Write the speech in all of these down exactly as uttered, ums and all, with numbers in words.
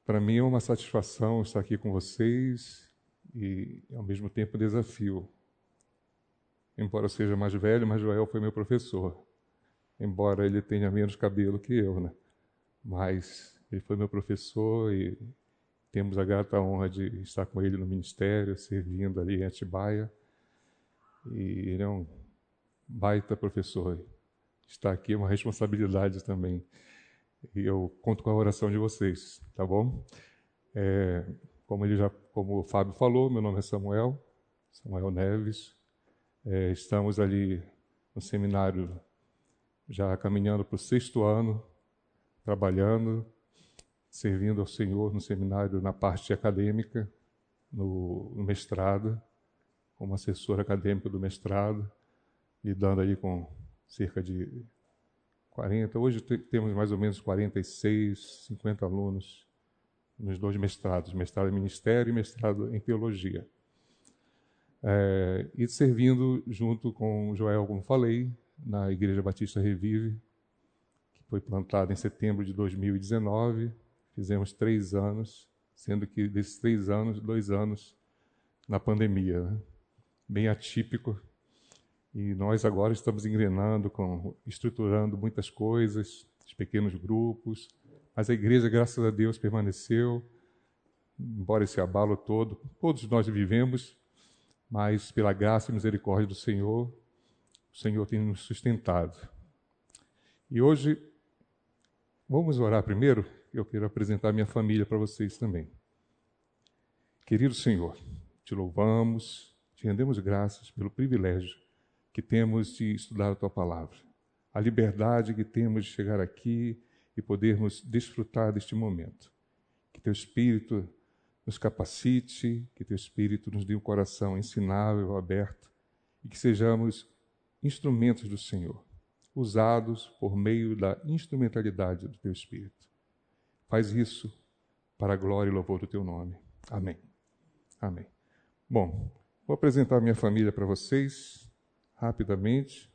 Para mim é uma satisfação estar aqui com vocês e, ao mesmo tempo, um desafio. Embora eu seja mais velho, mas Joel foi meu professor. Embora ele tenha menos cabelo que eu, né? Mas ele foi meu professor e temos a grata honra de estar com ele no ministério, servindo ali em Atibaia. E ele é um baita professor. Estar aqui é uma responsabilidade também. E eu conto com a oração de vocês, tá bom? É, como, ele já, como o Fábio falou, meu nome é Samuel, Samuel Neves. É, estamos ali no seminário já caminhando para o sexto ano, trabalhando, servindo ao Senhor no seminário na parte acadêmica, no, no mestrado, como assessor acadêmico do mestrado, lidando ali com cerca de quarenta, hoje te, temos mais ou menos quarenta e seis, cinquenta alunos nos dois mestrados, mestrado em Ministério e mestrado em Teologia. É, e servindo junto com o Joel, como falei, na Igreja Batista Revive, que foi plantada em setembro de dois mil e dezenove. Fizemos três anos, sendo que desses três anos, dois anos na pandemia, né? Bem atípico. E nós agora estamos engrenando, com, estruturando muitas coisas, os pequenos grupos, mas a igreja, graças a Deus, permaneceu, embora esse abalo todo, todos nós vivemos, mas pela graça e misericórdia do Senhor, o Senhor tem nos sustentado. E hoje, vamos orar primeiro, eu quero apresentar minha família para vocês também. Querido Senhor, te louvamos, te rendemos graças pelo privilégio que temos de estudar a Tua Palavra, a liberdade que temos de chegar aqui e podermos desfrutar deste momento. Que Teu Espírito nos capacite, que Teu Espírito nos dê um coração ensinável, aberto, e que sejamos instrumentos do Senhor, usados por meio da instrumentalidade do Teu Espírito. Faz isso para a glória e louvor do Teu nome. Amém. Amém. Bom, vou apresentar minha família para vocês rapidamente.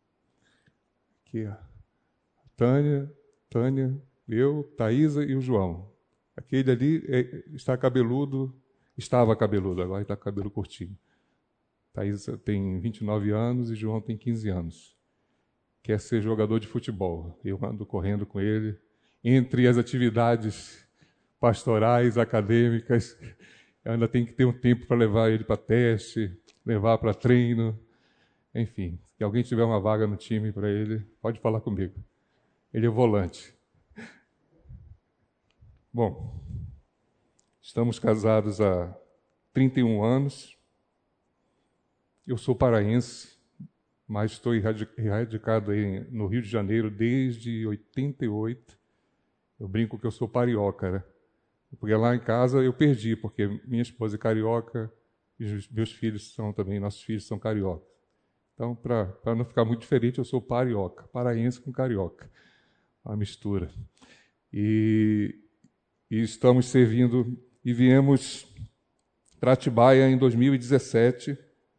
Aqui a Tânia, Tânia, eu, Thaisa e o João. Aquele ali é, está cabeludo, estava cabeludo, agora está com cabelo curtinho. Thaisa tem vinte e nove anos e João tem quinze anos. Quer ser jogador de futebol. Eu ando correndo com ele. Entre as atividades pastorais, acadêmicas, eu ainda tenho que ter um tempo para levar ele para teste, levar para treino. Enfim, se alguém tiver uma vaga no time para ele, pode falar comigo. Ele é volante. Bom, estamos casados há trinta e um anos. Eu sou paraense, mas estou radicado aí no Rio de Janeiro desde oitenta e oito. Eu brinco que eu sou carioca, né? Porque lá em casa eu perdi, porque minha esposa é carioca e os meus filhos são também, nossos filhos são cariocas. Então, para não ficar muito diferente, eu sou parioca, paraense com carioca, uma mistura. E, e estamos servindo, e viemos para Atibaia em dois mil e dezessete.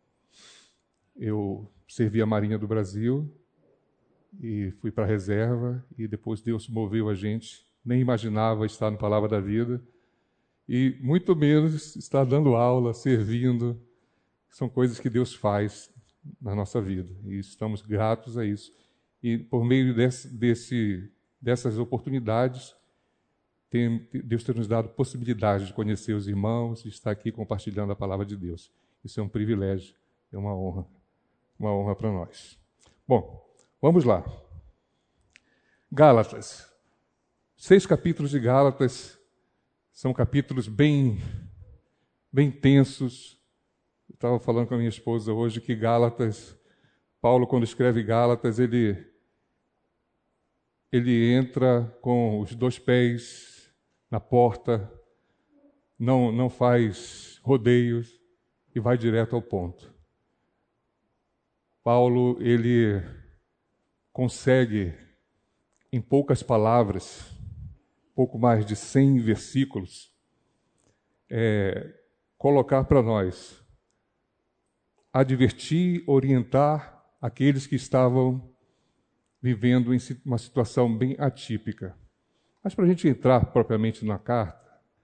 Eu servi a Marinha do Brasil e fui para a reserva, e depois Deus moveu a gente, nem imaginava estar no Palavra da Vida, e muito menos estar dando aula, servindo. São coisas que Deus faz na nossa vida, e estamos gratos a isso. E por meio desse, desse, dessas oportunidades, tem, Deus tem nos dado possibilidade de conhecer os irmãos e estar aqui compartilhando a palavra de Deus. Isso é um privilégio, é uma honra, uma honra para nós. Bom, vamos lá. Gálatas. Seis capítulos de Gálatas são capítulos bem, bem tensos. Eu estava falando com a minha esposa hoje que Gálatas, Paulo, quando escreve Gálatas, ele, ele entra com os dois pés na porta, não, não faz rodeios e vai direto ao ponto. Paulo, ele consegue, em poucas palavras, pouco mais de cem versículos, é, colocar para nós, advertir, orientar aqueles que estavam vivendo em uma situação bem atípica. Mas para a gente entrar propriamente na carta,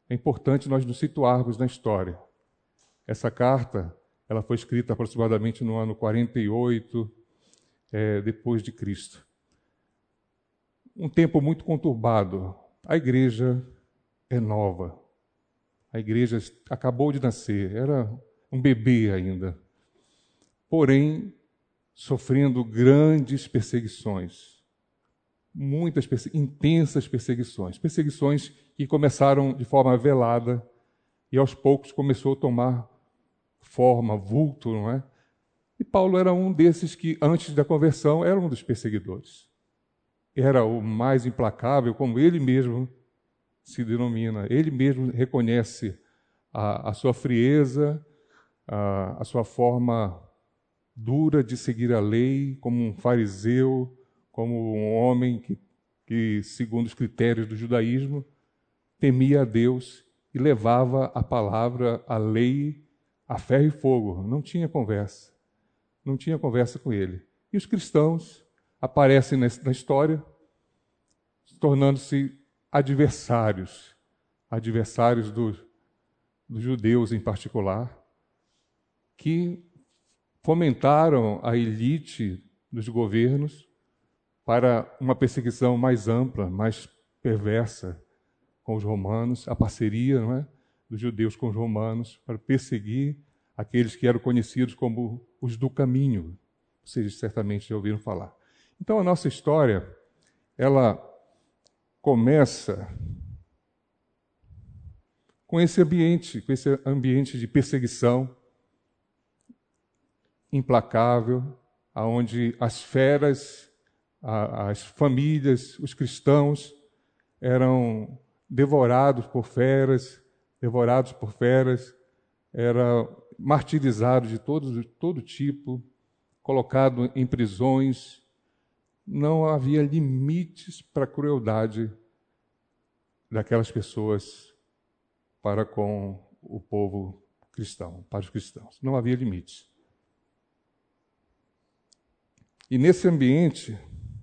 é importante nós nos situarmos na história. Essa carta, ela foi escrita aproximadamente no ano quarenta e oito, é, depois de Cristo. Um tempo muito conturbado. A igreja é nova. A igreja acabou de nascer, era um bebê ainda. Porém, sofrendo grandes perseguições. Muitas perse- intensas perseguições. Perseguições que começaram de forma velada e aos poucos começou a tomar forma, vulto, não é? E Paulo era um desses que, antes da conversão, era um dos perseguidores. Era o mais implacável, como ele mesmo se denomina. Ele mesmo reconhece a, a sua frieza, a, a sua forma dura de seguir a lei, como um fariseu, como um homem que, que, segundo os critérios do judaísmo, temia a Deus e levava a palavra, a lei, a ferro e fogo. Não tinha conversa. Não tinha conversa com ele. E os cristãos aparecem na história, tornando-se adversários, adversários dos, dos judeus em particular, que fomentaram a elite dos governos para uma perseguição mais ampla, mais perversa com os romanos, a parceria, não é, dos judeus com os romanos para perseguir aqueles que eram conhecidos como os do caminho. Vocês certamente já ouviram falar. Então, a nossa história, ela começa com esse ambiente, com esse ambiente de perseguição implacável, aonde as feras, a, as famílias, os cristãos eram devorados por feras, devorados por feras, eram martirizados de todo, de todo tipo, colocados em prisões. Não havia limites para a crueldade daquelas pessoas para com o povo cristão, para os cristãos. Não havia limites. E nesse ambiente,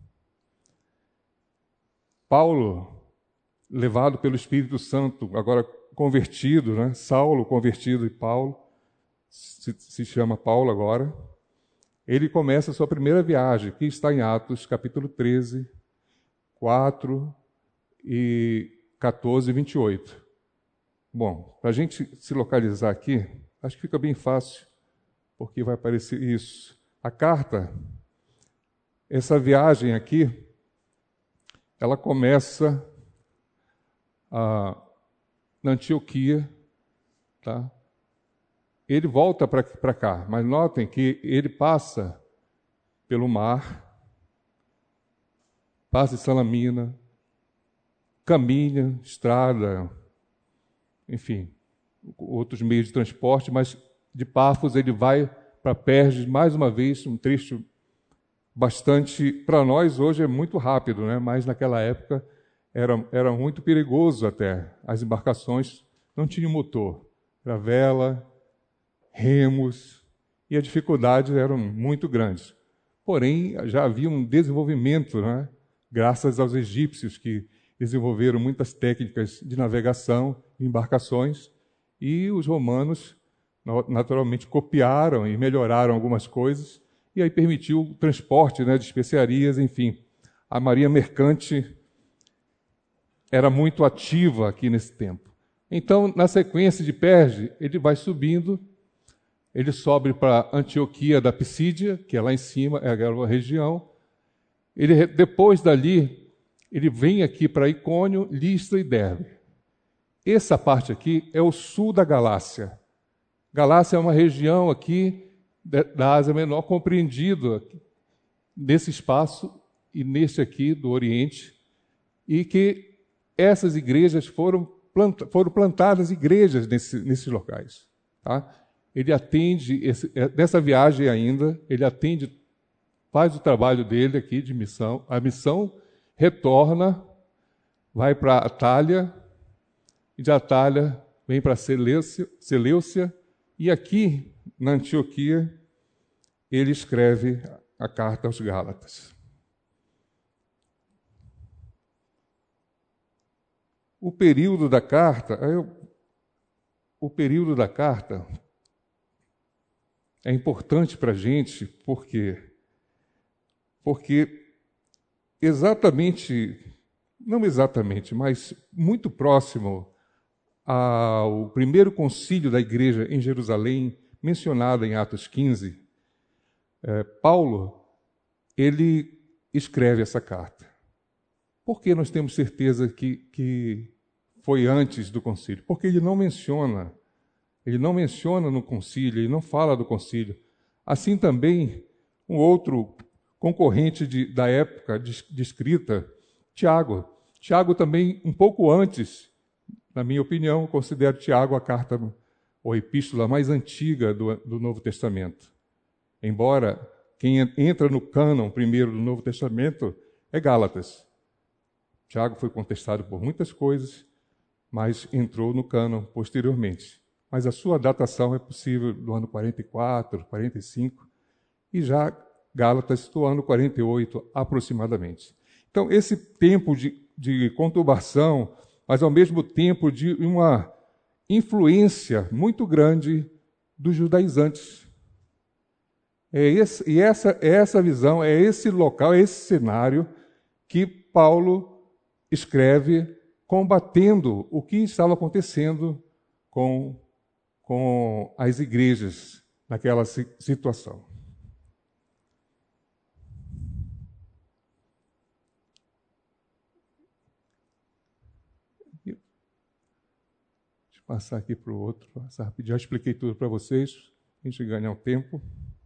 Paulo, levado pelo Espírito Santo, agora convertido, né? Saulo convertido e Paulo, se, se chama Paulo agora, ele começa a sua primeira viagem, que está em Atos, capítulo treze, quatro e catorze, vinte e oito. Bom, para a gente se localizar aqui, acho que fica bem fácil, porque vai aparecer isso. A carta, essa viagem aqui, ela começa a, na Antioquia, tá? Ele volta para cá, mas notem que ele passa pelo mar, passa em Salamina, caminha, estrada, enfim, outros meios de transporte, mas de Pafos ele vai para Perge, mais uma vez, um trecho bastante, para nós hoje é muito rápido, né? Mas naquela época era, era muito perigoso até. As embarcações não tinham motor, era vela, remos, e as dificuldades eram muito grandes. Porém, já havia um desenvolvimento, né? Graças aos egípcios, que desenvolveram muitas técnicas de navegação, de embarcações, e os romanos, naturalmente, copiaram e melhoraram algumas coisas, e aí permitiu o transporte, né, de especiarias, enfim. A marinha mercante era muito ativa aqui nesse tempo. Então, na sequência de Perge, ele vai subindo, ele sobe para Antioquia da Pisídia, que é lá em cima, é aquela região. Ele, depois dali, ele vem aqui para Icônio, Listra e Derbe. Essa parte aqui é o sul da Galácia. Galácia é uma região aqui da Ásia Menor, compreendido nesse espaço e neste aqui do Oriente, e que essas igrejas foram, planta, foram plantadas igrejas nesse, nesses locais. Tá? Ele atende, esse, nessa viagem ainda, ele atende, faz o trabalho dele aqui de missão, a missão retorna, vai para Atália, e de Atália vem para Seleucia, Seleucia, e aqui, na Antioquia, ele escreve a carta aos Gálatas. o período da carta, eu, o período da carta é importante para a gente, por quê? Porque exatamente, não exatamente, mas muito próximo ao primeiro concílio da igreja em Jerusalém, mencionado em Atos quinze, é, Paulo, ele escreve essa carta. Por que nós temos certeza que, que foi antes do concílio? Porque ele não menciona, ele não menciona no concílio, ele não fala do concílio. Assim também, um outro concorrente de, da época descrita, Tiago. Tiago também, um pouco antes, na minha opinião, considero Tiago a carta ou a epístola mais antiga do, do Novo Testamento. Embora quem entra no cânon primeiro do Novo Testamento é Gálatas. Tiago foi contestado por muitas coisas, mas entrou no cânon posteriormente. Mas a sua datação é possível do ano quarenta e quatro, quarenta e cinco, e já Gálatas do ano quarenta e oito, aproximadamente. Então, esse tempo de, de conturbação, mas ao mesmo tempo de uma influência muito grande dos judaizantes. É esse, e essa, é essa visão, é esse local, é esse cenário que Paulo escreve combatendo o que estava acontecendo com, com as igrejas naquela situação. Deixa eu passar aqui para o outro, passar rapidinho. Já expliquei tudo para vocês, a gente ganhar um tempo.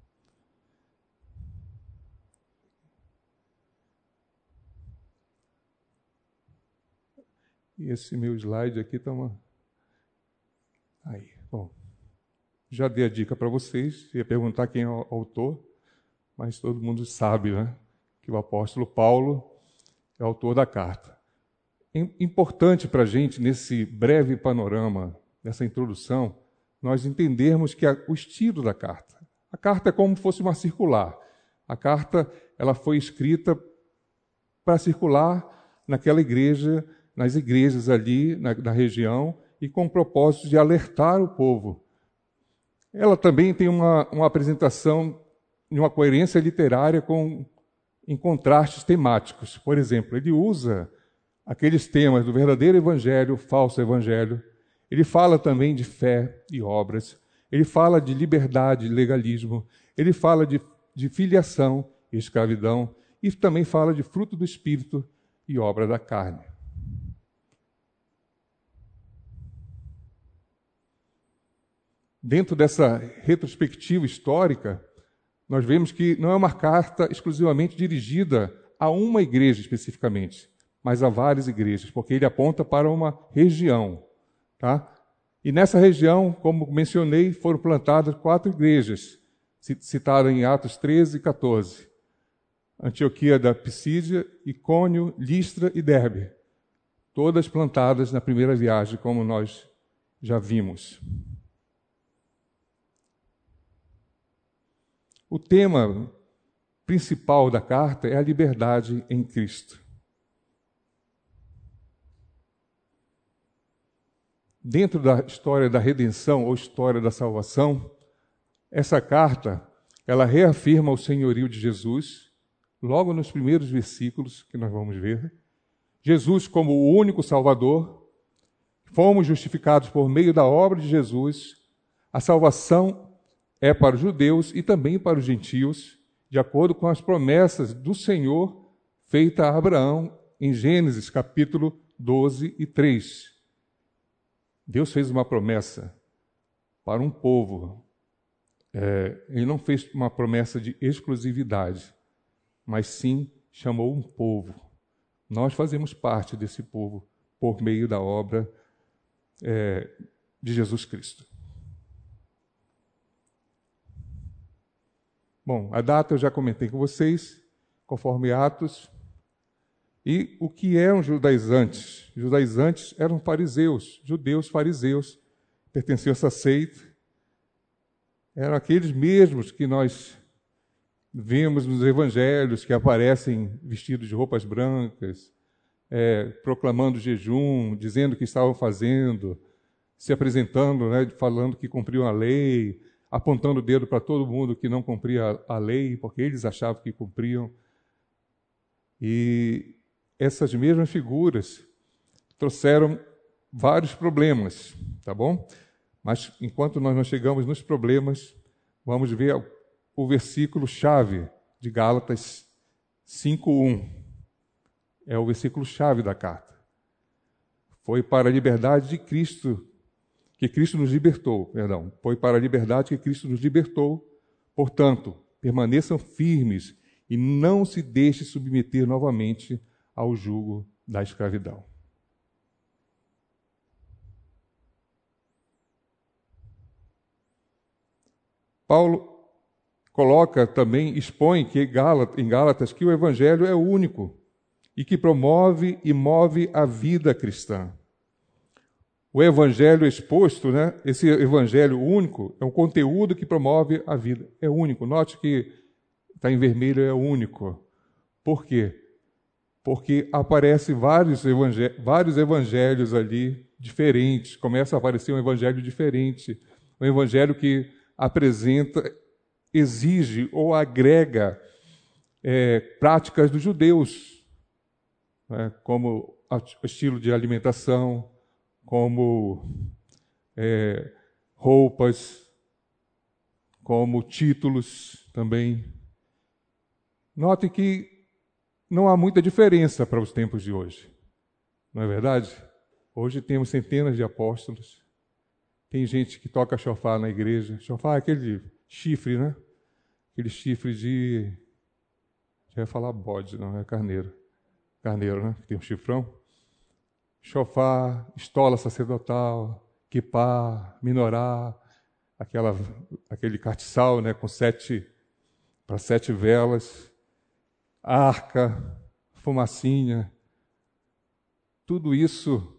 E esse meu slide aqui está uma... Aí, bom. Já dei a dica para vocês, ia perguntar quem é o autor, mas todo mundo sabe, né, que o apóstolo Paulo é o autor da carta. Importante para a gente, nesse breve panorama, nessa introdução, nós entendermos que a, o estilo da carta. A carta é como se fosse uma circular. A carta ela foi escrita para circular naquela igreja, nas igrejas ali na, na região, e com o propósito de alertar o povo. Ela também tem uma, uma apresentação de uma coerência literária com, em contrastes temáticos. Por exemplo, ele usa aqueles temas do verdadeiro evangelho, falso evangelho. Ele fala também de fé e obras. Ele fala de liberdade e legalismo. Ele fala de, de filiação e escravidão. E também fala de fruto do Espírito e obra da carne. Dentro dessa retrospectiva histórica, nós vemos que não é uma carta exclusivamente dirigida a uma igreja especificamente, mas a várias igrejas, porque ele aponta para uma região. Tá? E nessa região, como mencionei, foram plantadas quatro igrejas, citadas em Atos treze e catorze. Antioquia da Pisídia, Icônio, Listra e Derbe. Todas plantadas na primeira viagem, como nós já vimos. O tema principal da carta é a liberdade em Cristo. Dentro da história da redenção ou história da salvação, essa carta, ela reafirma o senhorio de Jesus, logo nos primeiros versículos que nós vamos ver. Jesus como o único Salvador, fomos justificados por meio da obra de Jesus, a salvação é para os judeus e também para os gentios, de acordo com as promessas do Senhor feitas a Abraão em Gênesis capítulo doze e três. Deus fez uma promessa para um povo. É, ele não fez uma promessa de exclusividade, mas sim chamou um povo. Nós fazemos parte desse povo por meio da obra é, de Jesus Cristo. Bom, a data eu já comentei com vocês, conforme Atos. E o que eram judaizantes? Judaizantes eram fariseus, judeus fariseus, pertenciam a essa seita. Eram aqueles mesmos que nós vemos nos evangelhos, que aparecem vestidos de roupas brancas, é, proclamando jejum, dizendo que estavam fazendo, se apresentando, né, falando que cumpriam a lei, apontando o dedo para todo mundo que não cumpria a lei, porque eles achavam que cumpriam. E essas mesmas figuras trouxeram vários problemas, tá bom? Mas enquanto nós não chegamos nos problemas, vamos ver o versículo-chave de Gálatas cinco, um. É o versículo-chave da carta. Foi para a liberdade de Cristo que Cristo nos libertou, perdão. Foi para a liberdade que Cristo nos libertou. Portanto, permaneçam firmes e não se deixe submeter novamente ao jugo da escravidão. Paulo coloca também, expõe que em Gálatas que o Evangelho é único e que promove e move a vida cristã. O Evangelho exposto, né, esse Evangelho único, é um conteúdo que promove a vida. É único. Note que está em vermelho, é único. Por quê? Porque aparecem vários, evangel- vários evangelhos ali diferentes. Começa a aparecer um evangelho diferente. Um evangelho que apresenta, exige ou agrega é, práticas dos judeus, né, como estilo de alimentação, como é, roupas, como títulos também. Note que não há muita diferença para os tempos de hoje, não é verdade? Hoje temos centenas de apóstolos, tem gente que toca chofar na igreja. Chofar é aquele chifre, né? Aquele chifre de... Já ia falar bode, não, é carneiro. Carneiro, né? Que tem um chifrão. Chofar, estola sacerdotal, quipá, minorá, aquela, aquele castiçal, né? Com sete, para sete velas, arca, fumacinha. Tudo isso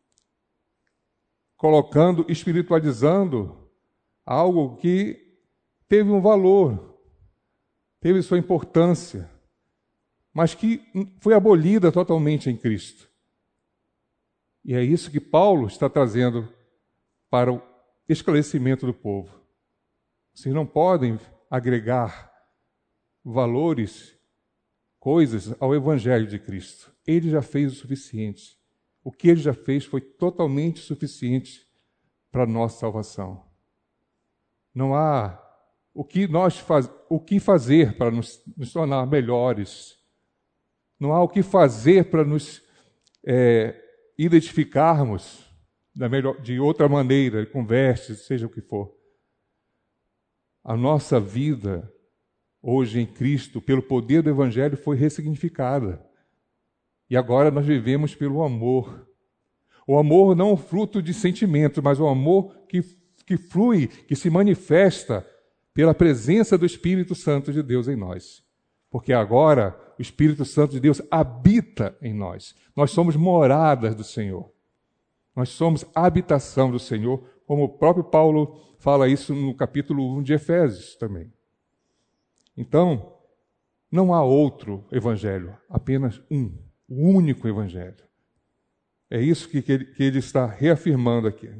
colocando, espiritualizando algo que teve um valor, teve sua importância, mas que foi abolida totalmente em Cristo. E é isso que Paulo está trazendo para o esclarecimento do povo. Vocês não podem agregar valores, coisas ao Evangelho de Cristo. Ele já fez o suficiente. O que ele já fez foi totalmente suficiente para a nossa salvação. Não há o que, nós faz, o que fazer para nos, nos tornar melhores. Não há o que fazer para nos é, identificarmos da melhor, de outra maneira, com vestes, seja o que for. A nossa vida, hoje em Cristo, pelo poder do Evangelho, foi ressignificada. E agora nós vivemos pelo amor. O amor não é um fruto de sentimento, mas o amor que, que flui, que se manifesta pela presença do Espírito Santo de Deus em nós. Porque agora o Espírito Santo de Deus habita em nós. Nós somos moradas do Senhor. Nós somos habitação do Senhor, como o próprio Paulo fala isso no capítulo um de Efésios também. Então, não há outro evangelho, apenas um, o único evangelho. É isso que, que, ele, que ele está reafirmando aqui.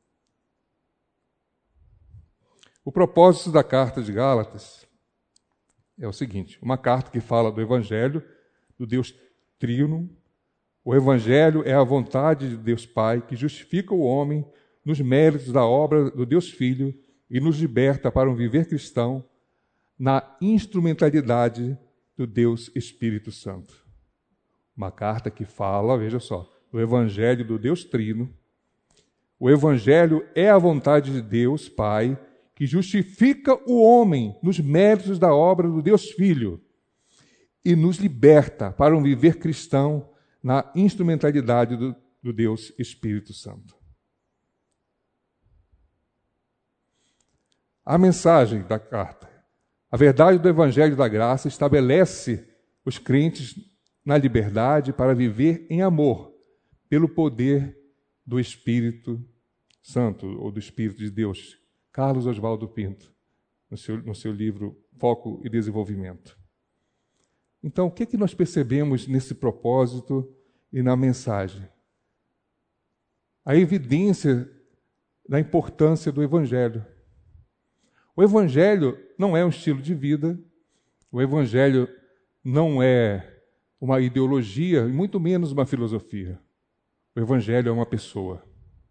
O propósito da carta de Gálatas é o seguinte: uma carta que fala do evangelho, do Deus Trino. O evangelho é a vontade de Deus Pai que justifica o homem nos méritos da obra do Deus Filho e nos liberta para um viver cristão na instrumentalidade do Deus Espírito Santo. Uma carta que fala, veja só, do Evangelho do Deus Trino. O Evangelho é a vontade de Deus Pai que justifica o homem nos méritos da obra do Deus Filho e nos liberta para um viver cristão na instrumentalidade do, do Deus Espírito Santo. A mensagem da carta. A verdade do Evangelho da Graça estabelece os crentes na liberdade para viver em amor, pelo poder do Espírito Santo, ou do Espírito de Deus. Carlos Oswaldo Pinto, no seu, no seu livro Foco e Desenvolvimento. Então, o que, é que nós percebemos nesse propósito e na mensagem. A evidência da importância do Evangelho. O Evangelho não é um estilo de vida, o Evangelho não é uma ideologia, e muito menos uma filosofia. O Evangelho é uma pessoa.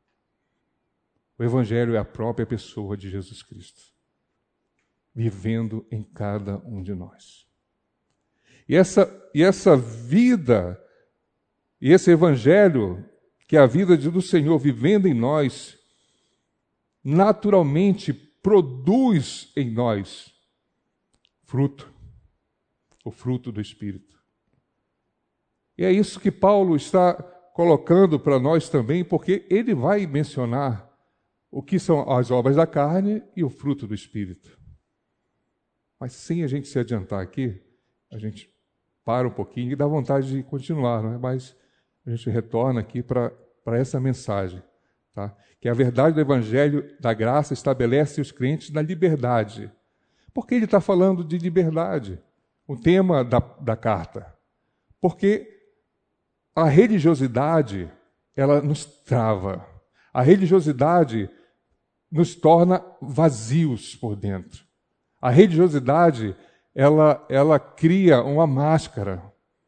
O Evangelho é a própria pessoa de Jesus Cristo, vivendo em cada um de nós. E essa, e essa vida, e esse Evangelho, que é a vida do Senhor vivendo em nós, naturalmente produz em nós fruto, o fruto do Espírito. E é isso que Paulo está colocando para nós também, porque ele vai mencionar o que são as obras da carne e o fruto do Espírito. Mas sem a gente se adiantar aqui, a gente para um pouquinho e dá vontade de continuar, não é? Mas a gente retorna aqui para essa mensagem, tá? Que a verdade do Evangelho da graça estabelece os crentes na liberdade. Por que ele está falando de liberdade? O tema da, da carta. Porque a religiosidade, ela nos trava. A religiosidade nos torna vazios por dentro. A religiosidade, ela, ela cria uma máscara.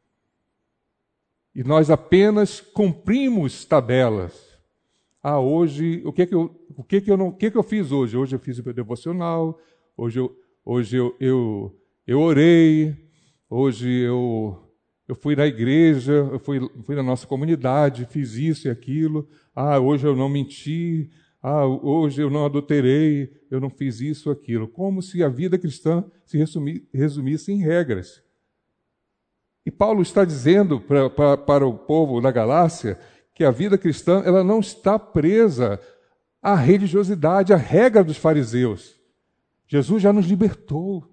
E nós apenas cumprimos tabelas. Ah, hoje, o que que eu, o que que eu não, o que que eu fiz hoje? Hoje eu fiz o meu devocional, hoje eu, hoje eu, eu, eu orei, hoje eu, eu fui na igreja, eu fui, fui na nossa comunidade, fiz isso e aquilo. Ah, hoje eu não menti. Ah, hoje eu não adulterei, eu não fiz isso ou aquilo. Como se a vida cristã se resumir, resumisse em regras. E Paulo está dizendo para, para, para o povo da Galácia que a vida cristã ela não está presa à religiosidade, à regra dos fariseus. Jesus já nos libertou.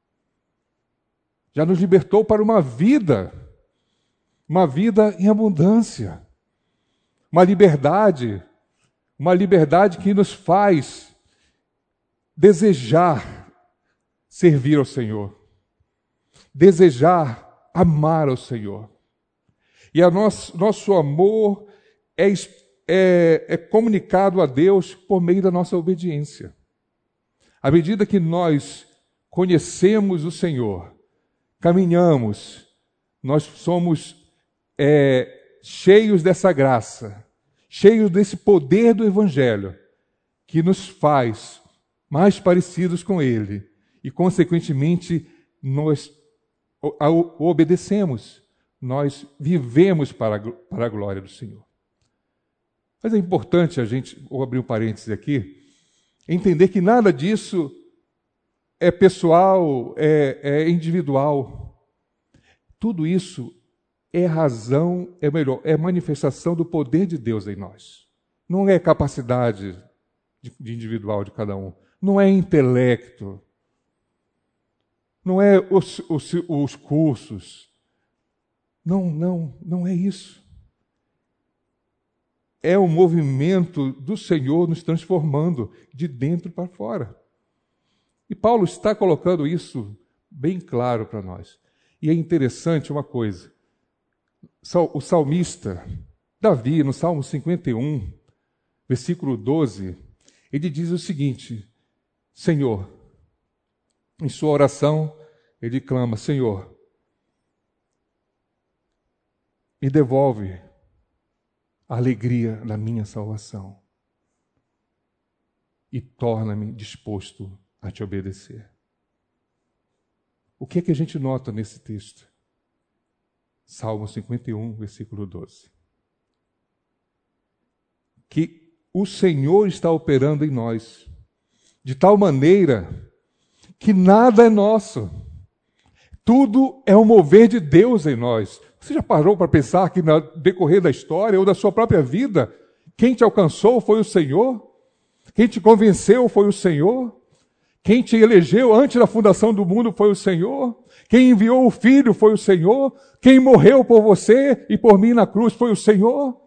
Já nos libertou para uma vida, uma vida em abundância. Uma liberdade, uma liberdade que nos faz desejar servir ao Senhor. Desejar amar ao Senhor. E a nosso, nosso amor é, é, é comunicado a Deus por meio da nossa obediência. À medida que nós conhecemos o Senhor, caminhamos, nós somos é, cheios dessa graça, cheios desse poder do Evangelho, que nos faz mais parecidos com Ele. E, consequentemente, nós o obedecemos, nós vivemos para a, para a glória do Senhor. Mas é importante a gente, vou abrir um parêntese aqui, entender que nada disso é pessoal, é, é individual. Tudo isso é razão, é melhor, é manifestação do poder de Deus em nós. Não é capacidade de, de individual de cada um, não é intelecto, não é os, os, os cursos. Não, não, não é isso. É o movimento do Senhor nos transformando de dentro para fora. E Paulo está colocando isso bem claro para nós. E é interessante uma coisa. O salmista Davi, no Salmo cinquenta e um, versículo doze, ele diz o seguinte: Senhor, em sua oração, ele clama: Senhor, me devolve a alegria da minha salvação e torna-me disposto a te obedecer. O que é que a gente nota nesse texto? Salmo cinquenta e um, versículo doze. Que o Senhor está operando em nós, de tal maneira que nada é nosso. Tudo é um mover de Deus em nós. Você já parou para pensar que no decorrer da história ou da sua própria vida, quem te alcançou foi o Senhor? Quem te convenceu foi o Senhor? Quem te elegeu antes da fundação do mundo foi o Senhor? Quem enviou o Filho foi o Senhor? Quem morreu por você e por mim na cruz foi o Senhor?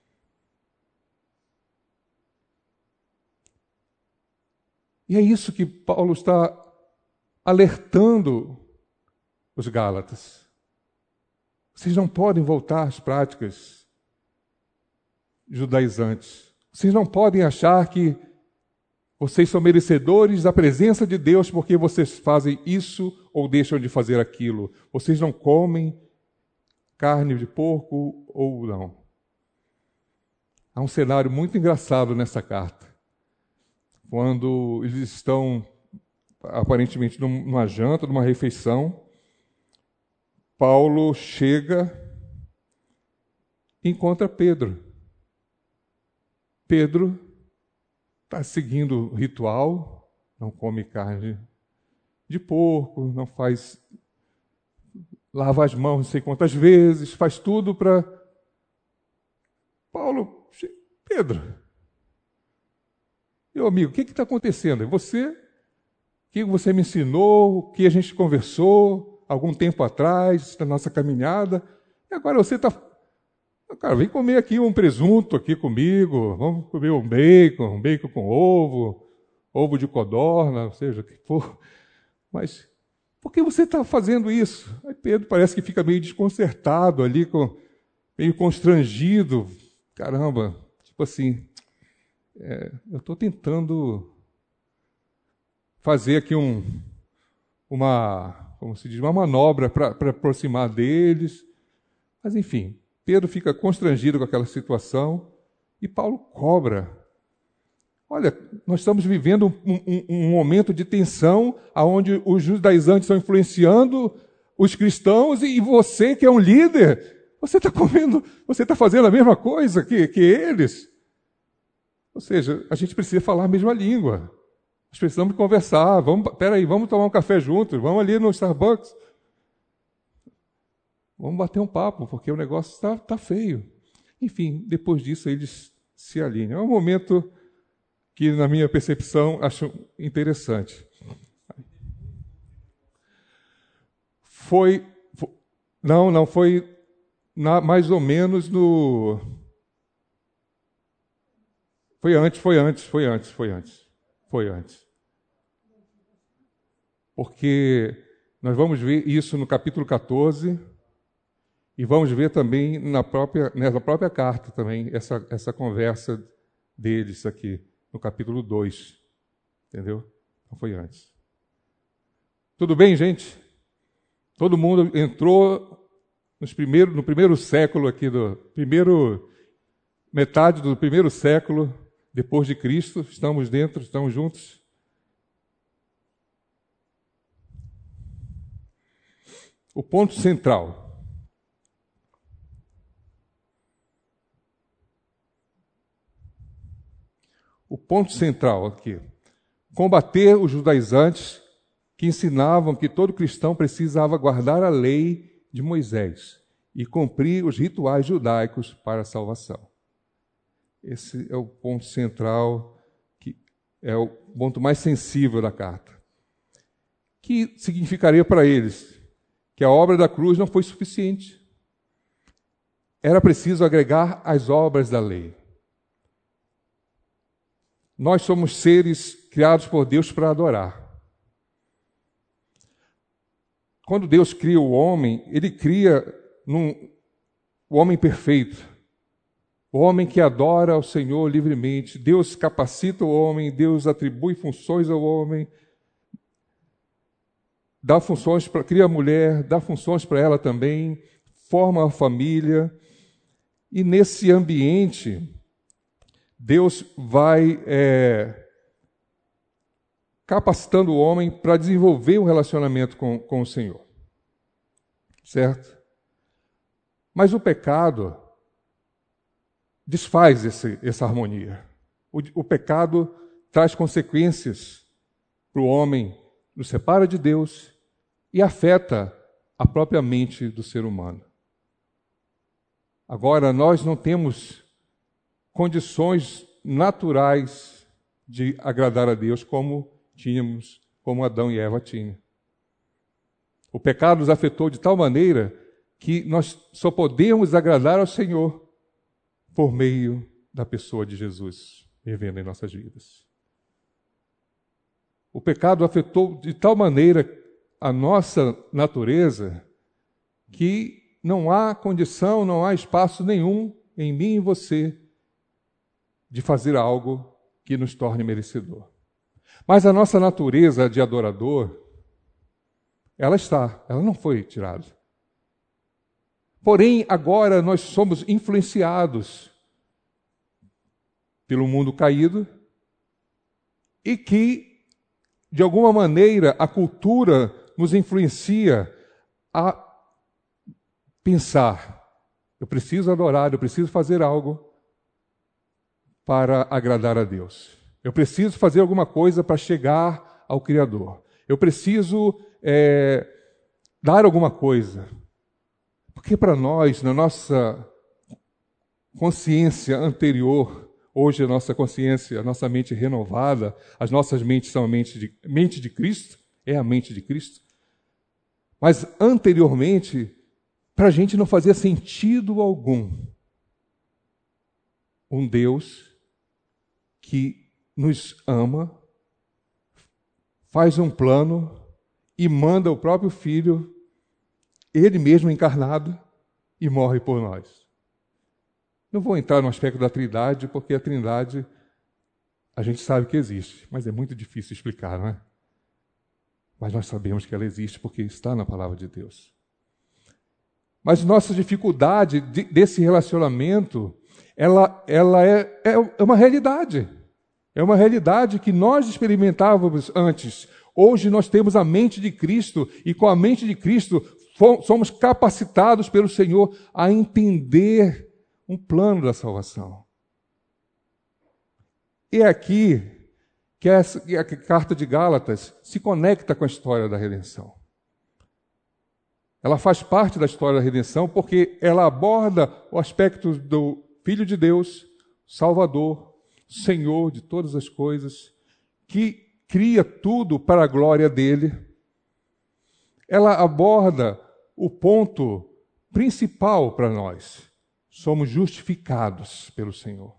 E é isso que Paulo está alertando os Gálatas. Vocês não podem voltar às práticas judaizantes. Vocês não podem achar que vocês são merecedores da presença de Deus porque vocês fazem isso ou deixam de fazer aquilo. Vocês não comem carne de porco ou não. Há um cenário muito engraçado nessa carta. Quando eles estão, aparentemente, numa janta, numa refeição, Paulo chega e encontra Pedro. Pedro está seguindo o ritual, não come carne de porco, não faz, lava as mãos não sei quantas vezes, faz tudo para... Paulo, Pedro, meu amigo, o que está acontecendo? É você, o que você me ensinou, o que a gente conversou algum tempo atrás, na nossa caminhada, e agora você está... Cara, vem comer aqui um presunto aqui comigo, vamos comer um bacon, um bacon com ovo, ovo de codorna, ou seja, o que for. Mas por que você está fazendo isso? Aí Pedro parece que fica meio desconcertado ali, com, meio constrangido. Caramba, tipo assim, é, eu estou tentando fazer aqui um, uma, como se diz, uma manobra para aproximar deles. Mas enfim, Pedro fica constrangido com aquela situação e Paulo cobra. Olha, nós estamos vivendo um, um, um momento de tensão onde os judaizantes estão influenciando os cristãos e você, que é um líder, você está comendo, você está fazendo a mesma coisa que, que eles. Ou seja, a gente precisa falar a mesma língua. Nós precisamos conversar. Vamos, peraí, vamos tomar um café juntos, vamos ali no Starbucks. Vamos bater um papo, porque o negócio está tá feio. Enfim, depois disso eles se alinham. É um momento que, na minha percepção, acho interessante. Foi, foi não, não, foi na, mais ou menos no... Foi antes, foi antes, foi antes, foi antes, foi antes. Porque nós vamos ver isso no capítulo catorze, e vamos ver também na própria, nessa própria carta também, essa, essa conversa deles aqui, no capítulo dois. Entendeu? Não foi antes. Tudo bem, gente? Todo mundo entrou nos primeiro, no primeiro século aqui, do primeiro, metade do primeiro século depois de Cristo. Estamos dentro, estamos juntos. O ponto central. O ponto central aqui, combater os judaizantes que ensinavam que todo cristão precisava guardar a lei de Moisés e cumprir os rituais judaicos para a salvação. Esse é o ponto central, que é o ponto mais sensível da carta. Que significaria para eles que a obra da cruz não foi suficiente. Era preciso agregar as obras da lei. Nós somos seres criados por Deus para adorar. Quando Deus cria o homem, Ele cria num, o homem perfeito, o homem que adora ao Senhor livremente. Deus capacita o homem, Deus atribui funções ao homem, dá funções para, cria a mulher, dá funções para ela também, forma a família, e nesse ambiente Deus vai é, capacitando o homem para desenvolver um relacionamento com, com o Senhor. Certo? Mas o pecado desfaz esse, essa harmonia. O, o pecado traz consequências para o homem, nos separa de Deus e afeta a própria mente do ser humano. Agora, nós não temos condições naturais de agradar a Deus como tínhamos, como Adão e Eva tinham. O pecado nos afetou de tal maneira que nós só podemos agradar ao Senhor por meio da pessoa de Jesus vivendo em nossas vidas. O pecado afetou de tal maneira a nossa natureza que não há condição, não há espaço nenhum em mim e você de fazer algo que nos torne merecedor. Mas a nossa natureza de adorador, ela está, ela não foi tirada. Porém, agora nós somos influenciados pelo mundo caído e que, de alguma maneira, a cultura nos influencia a pensar: eu preciso adorar, eu preciso fazer algo para agradar a Deus. Eu preciso fazer alguma coisa para chegar ao Criador. Eu preciso é, dar alguma coisa. Porque para nós, na nossa consciência anterior, hoje a nossa consciência, a nossa mente renovada, as nossas mentes são a mente de, mente de Cristo, é a mente de Cristo. Mas anteriormente, para a gente não fazia sentido algum um Deus que nos ama, faz um plano e manda o próprio Filho, Ele mesmo encarnado, e morre por nós. Não vou entrar no aspecto da Trindade, porque a Trindade a gente sabe que existe, mas é muito difícil explicar, não é? Mas nós sabemos que ela existe porque está na Palavra de Deus. Mas nossa dificuldade de, desse relacionamento, ela, ela é, é, é uma realidade. É uma realidade que nós experimentávamos antes. Hoje nós temos a mente de Cristo e com a mente de Cristo somos capacitados pelo Senhor a entender um plano da salvação. E é aqui que essa, que a carta de Gálatas se conecta com a história da redenção. Ela faz parte da história da redenção porque ela aborda o aspecto do Filho de Deus, Salvador, Senhor de todas as coisas, que cria tudo para a glória dele. Ela aborda o ponto principal para nós. Somos justificados pelo Senhor.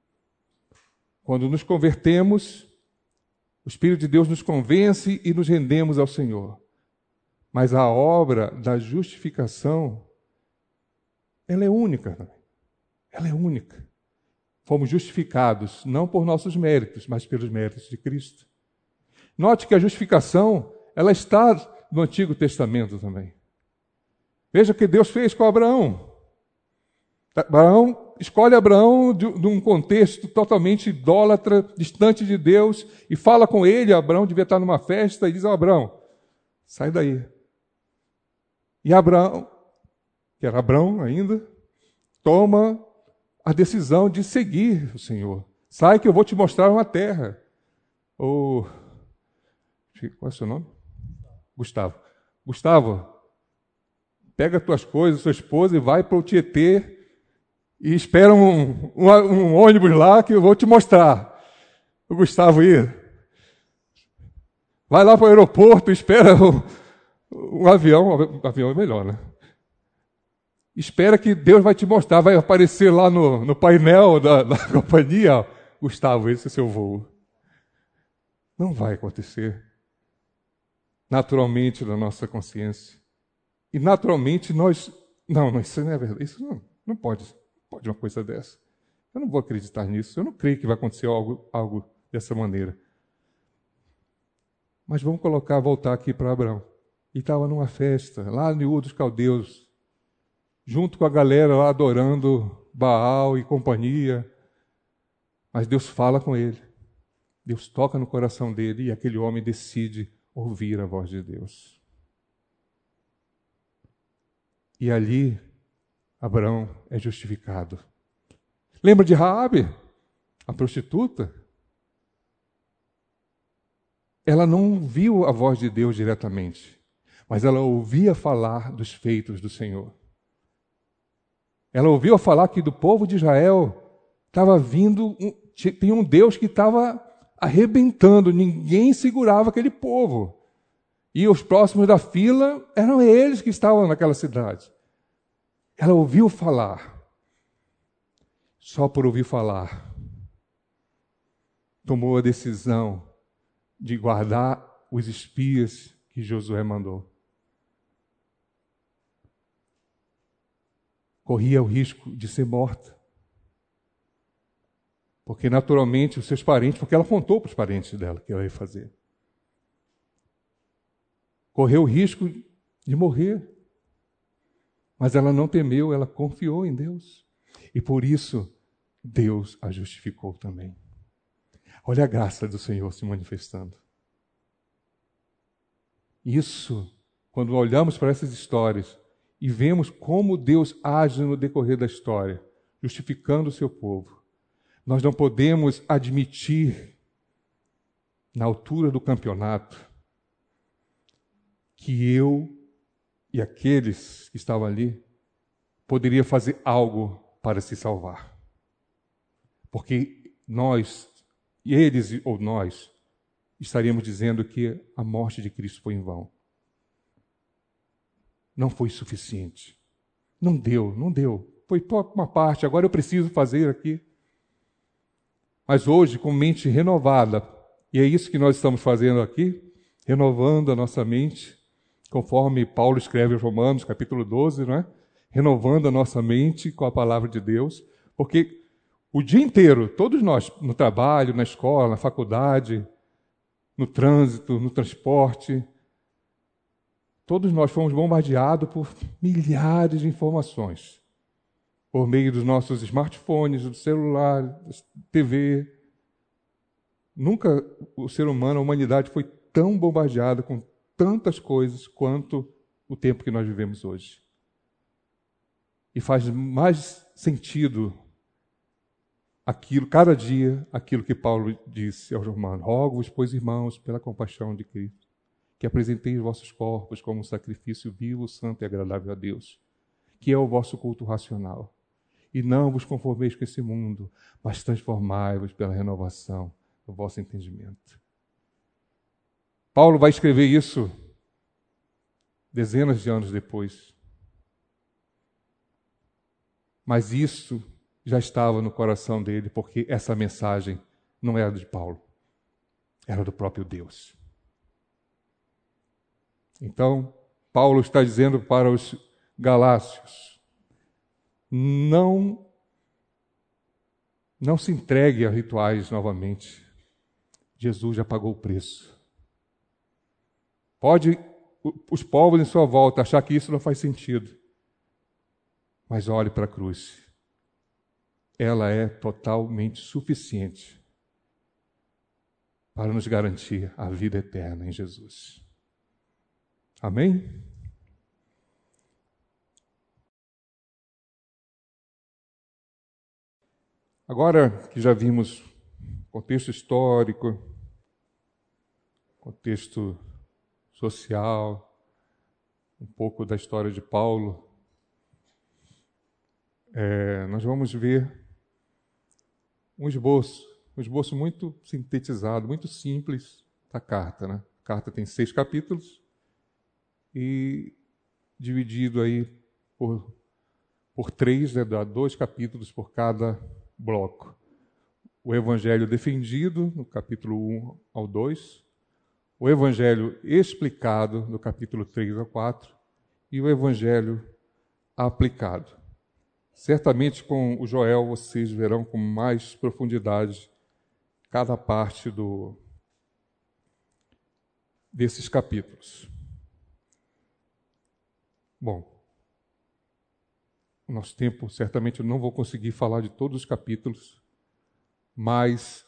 Quando nos convertemos, o Espírito de Deus nos convence e nos rendemos ao Senhor. Mas a obra da justificação, ela é única. Ela é única. Fomos justificados, não por nossos méritos, mas pelos méritos de Cristo. Note que a justificação, ela está no Antigo Testamento também. Veja o que Deus fez com Abraão. Abraão escolhe Abraão de, de um contexto totalmente idólatra, distante de Deus, e fala com ele. Abraão devia estar numa festa e diz: oh, Abraão, sai daí. E Abraão, que era Abraão ainda, toma a decisão de seguir o Senhor. Sai que eu vou te mostrar uma terra. Ou, qual é o seu nome? Gustavo. Gustavo, pega tuas coisas, sua esposa, e vai para o Tietê e espera um, um, um ônibus lá que eu vou te mostrar. O Gustavo ia. Vai lá para o aeroporto, espera um, um avião. O avião é melhor, né? Espera que Deus vai te mostrar, vai aparecer lá no, no painel da, da companhia. Ó, Gustavo, esse é seu voo. Não vai acontecer. Naturalmente, na nossa consciência. E naturalmente nós... Não, não, isso não é verdade. Isso não, não pode, pode uma coisa dessa. Eu não vou acreditar nisso. Eu não creio que vai acontecer algo, algo dessa maneira. Mas vamos colocar, voltar aqui para Abraão. Ele estava numa festa, lá no Ur dos Caldeus, junto com a galera lá adorando Baal e companhia. Mas Deus fala com ele. Deus toca no coração dele e aquele homem decide ouvir a voz de Deus. E ali, Abraão é justificado. Lembra de Raabe, a prostituta? Ela não viu a voz de Deus diretamente, mas ela ouvia falar dos feitos do Senhor. Ela ouviu falar que do povo de Israel estava vindo, um, tinha um Deus que estava arrebentando, ninguém segurava aquele povo. E os próximos da fila eram eles que estavam naquela cidade. Ela ouviu falar, só por ouvir falar, tomou a decisão de guardar os espias que Josué mandou. corria o risco de ser morta. Porque, naturalmente, os seus parentes, porque ela contou para os parentes dela que ela ia fazer. Correu o risco de morrer. Mas ela não temeu, ela confiou em Deus. E por isso, Deus a justificou também. Olha a graça do Senhor se manifestando. Isso, quando olhamos para essas histórias e vemos como Deus age no decorrer da história, justificando o seu povo, nós não podemos admitir, na altura do campeonato, que eu e aqueles que estavam ali poderiam fazer algo para se salvar. Porque nós, eles ou nós, estaríamos dizendo que a morte de Cristo foi em vão. Não foi suficiente. Não deu, não deu. Foi uma parte, agora eu preciso fazer aqui. Mas hoje, com mente renovada, e é isso que nós estamos fazendo aqui, renovando a nossa mente, conforme Paulo escreve em Romanos, capítulo doze, não é? Renovando a nossa mente com a palavra de Deus, porque o dia inteiro, todos nós, no trabalho, na escola, na faculdade, no trânsito, no transporte, todos nós fomos bombardeados por milhares de informações, por meio dos nossos smartphones, do celular, T V. Nunca o ser humano, a humanidade, foi tão bombardeada com tantas coisas quanto o tempo que nós vivemos hoje. E faz mais sentido aquilo, cada dia, aquilo que Paulo disse aos romanos: rogo-vos, pois, irmãos, pela compaixão de Cristo, que apresenteis os vossos corpos como um sacrifício vivo, santo e agradável a Deus, que é o vosso culto racional. E não vos conformeis com esse mundo, mas transformai-vos pela renovação do vosso entendimento. Paulo vai escrever isso dezenas de anos depois. Mas isso já estava no coração dele, porque essa mensagem não era de Paulo, era do próprio Deus. Então, Paulo está dizendo para os galácios: não, não se entregue a rituais novamente. Jesus já pagou o preço. Pode os povos em sua volta achar que isso não faz sentido, mas olhe para a cruz. Ela é totalmente suficiente para nos garantir a vida eterna em Jesus. Amém? Agora que já vimos contexto histórico, contexto social, um pouco da história de Paulo, é, nós vamos ver um esboço, um esboço muito sintetizado, muito simples da carta, né? A carta tem seis capítulos e dividido aí por, por três, né? Dá dois capítulos por cada bloco. O Evangelho defendido, no capítulo um ao dois, o Evangelho explicado, no capítulo três ao quatro, e o Evangelho aplicado. Certamente com o Joel vocês verão com mais profundidade cada parte do, desses capítulos. Bom, o nosso tempo, certamente eu não vou conseguir falar de todos os capítulos, mas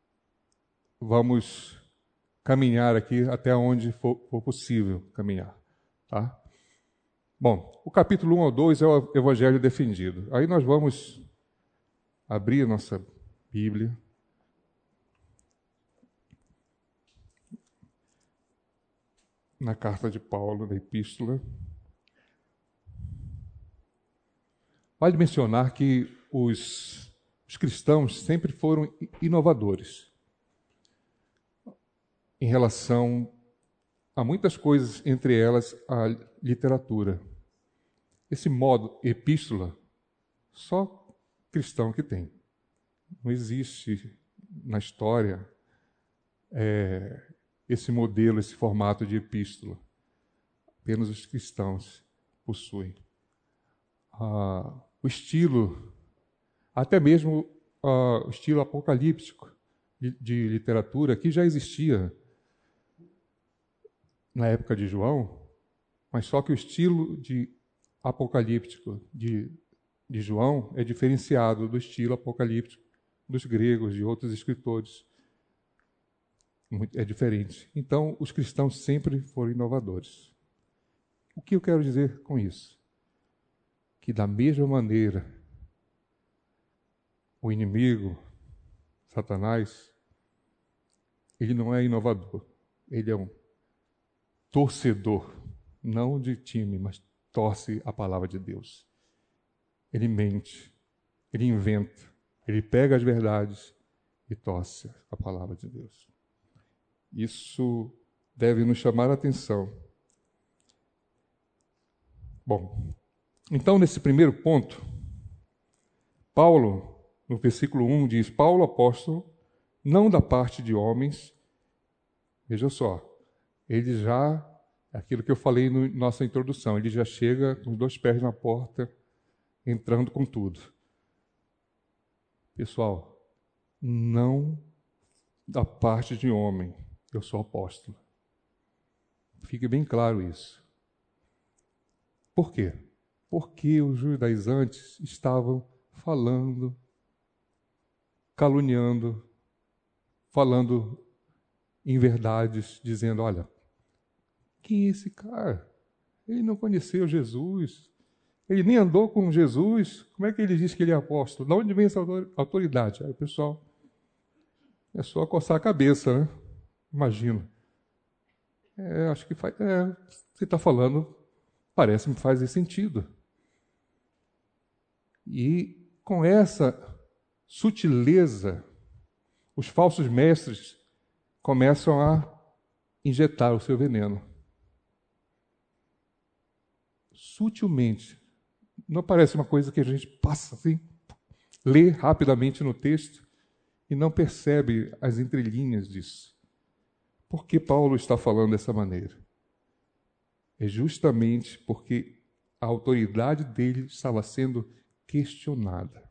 vamos caminhar aqui até onde for, for possível caminhar, tá? Bom, o capítulo um ao dois é o Evangelho defendido. Aí nós vamos abrir a nossa Bíblia. Na carta de Paulo, na Epístola. Vale mencionar que os, os cristãos sempre foram inovadores em relação a muitas coisas, entre elas a literatura. Esse modo epístola, só cristão que tem. Não existe na história é, esse modelo, esse formato de epístola. Apenas os cristãos possuem. ah, o estilo, até mesmo ah, o estilo apocalíptico de, de literatura, que já existia na época de João, mas só que o estilo de apocalíptico de, de João é diferenciado do estilo apocalíptico dos gregos, de outros escritores. É diferente. Então, os cristãos sempre foram inovadores. O que eu quero dizer com isso? Que da mesma maneira, o inimigo, Satanás, ele não é inovador. Ele é um torcedor, não de time, mas torce a palavra de Deus. Ele mente, ele inventa, ele pega as verdades e torce a palavra de Deus. Isso deve nos chamar a atenção. Bom, então nesse primeiro ponto, Paulo, no versículo um, diz: Paulo, apóstolo, não da parte de homens. Veja só, ele já, aquilo que eu falei na no, nossa introdução, ele já chega com os dois pés na porta, entrando com tudo. Pessoal, não da parte de homem, eu sou apóstolo. Fique bem claro isso. Por quê? Porque os judaizantes estavam falando, caluniando, falando inverdades, dizendo: olha, quem é esse cara? Ele não conheceu Jesus, ele nem andou com Jesus, como é que ele diz que ele é apóstolo? De onde vem essa autoridade? Aí o pessoal, é só coçar a cabeça, né? Imagina. É, acho que faz, é, você está falando, parece-me que faz sentido. E com essa sutileza, os falsos mestres começam a injetar o seu veneno. Sutilmente. Não parece uma coisa que a gente passa assim, lê rapidamente no texto e não percebe as entrelinhas disso. Por que Paulo está falando dessa maneira? É justamente porque a autoridade dele estava sendo questionada.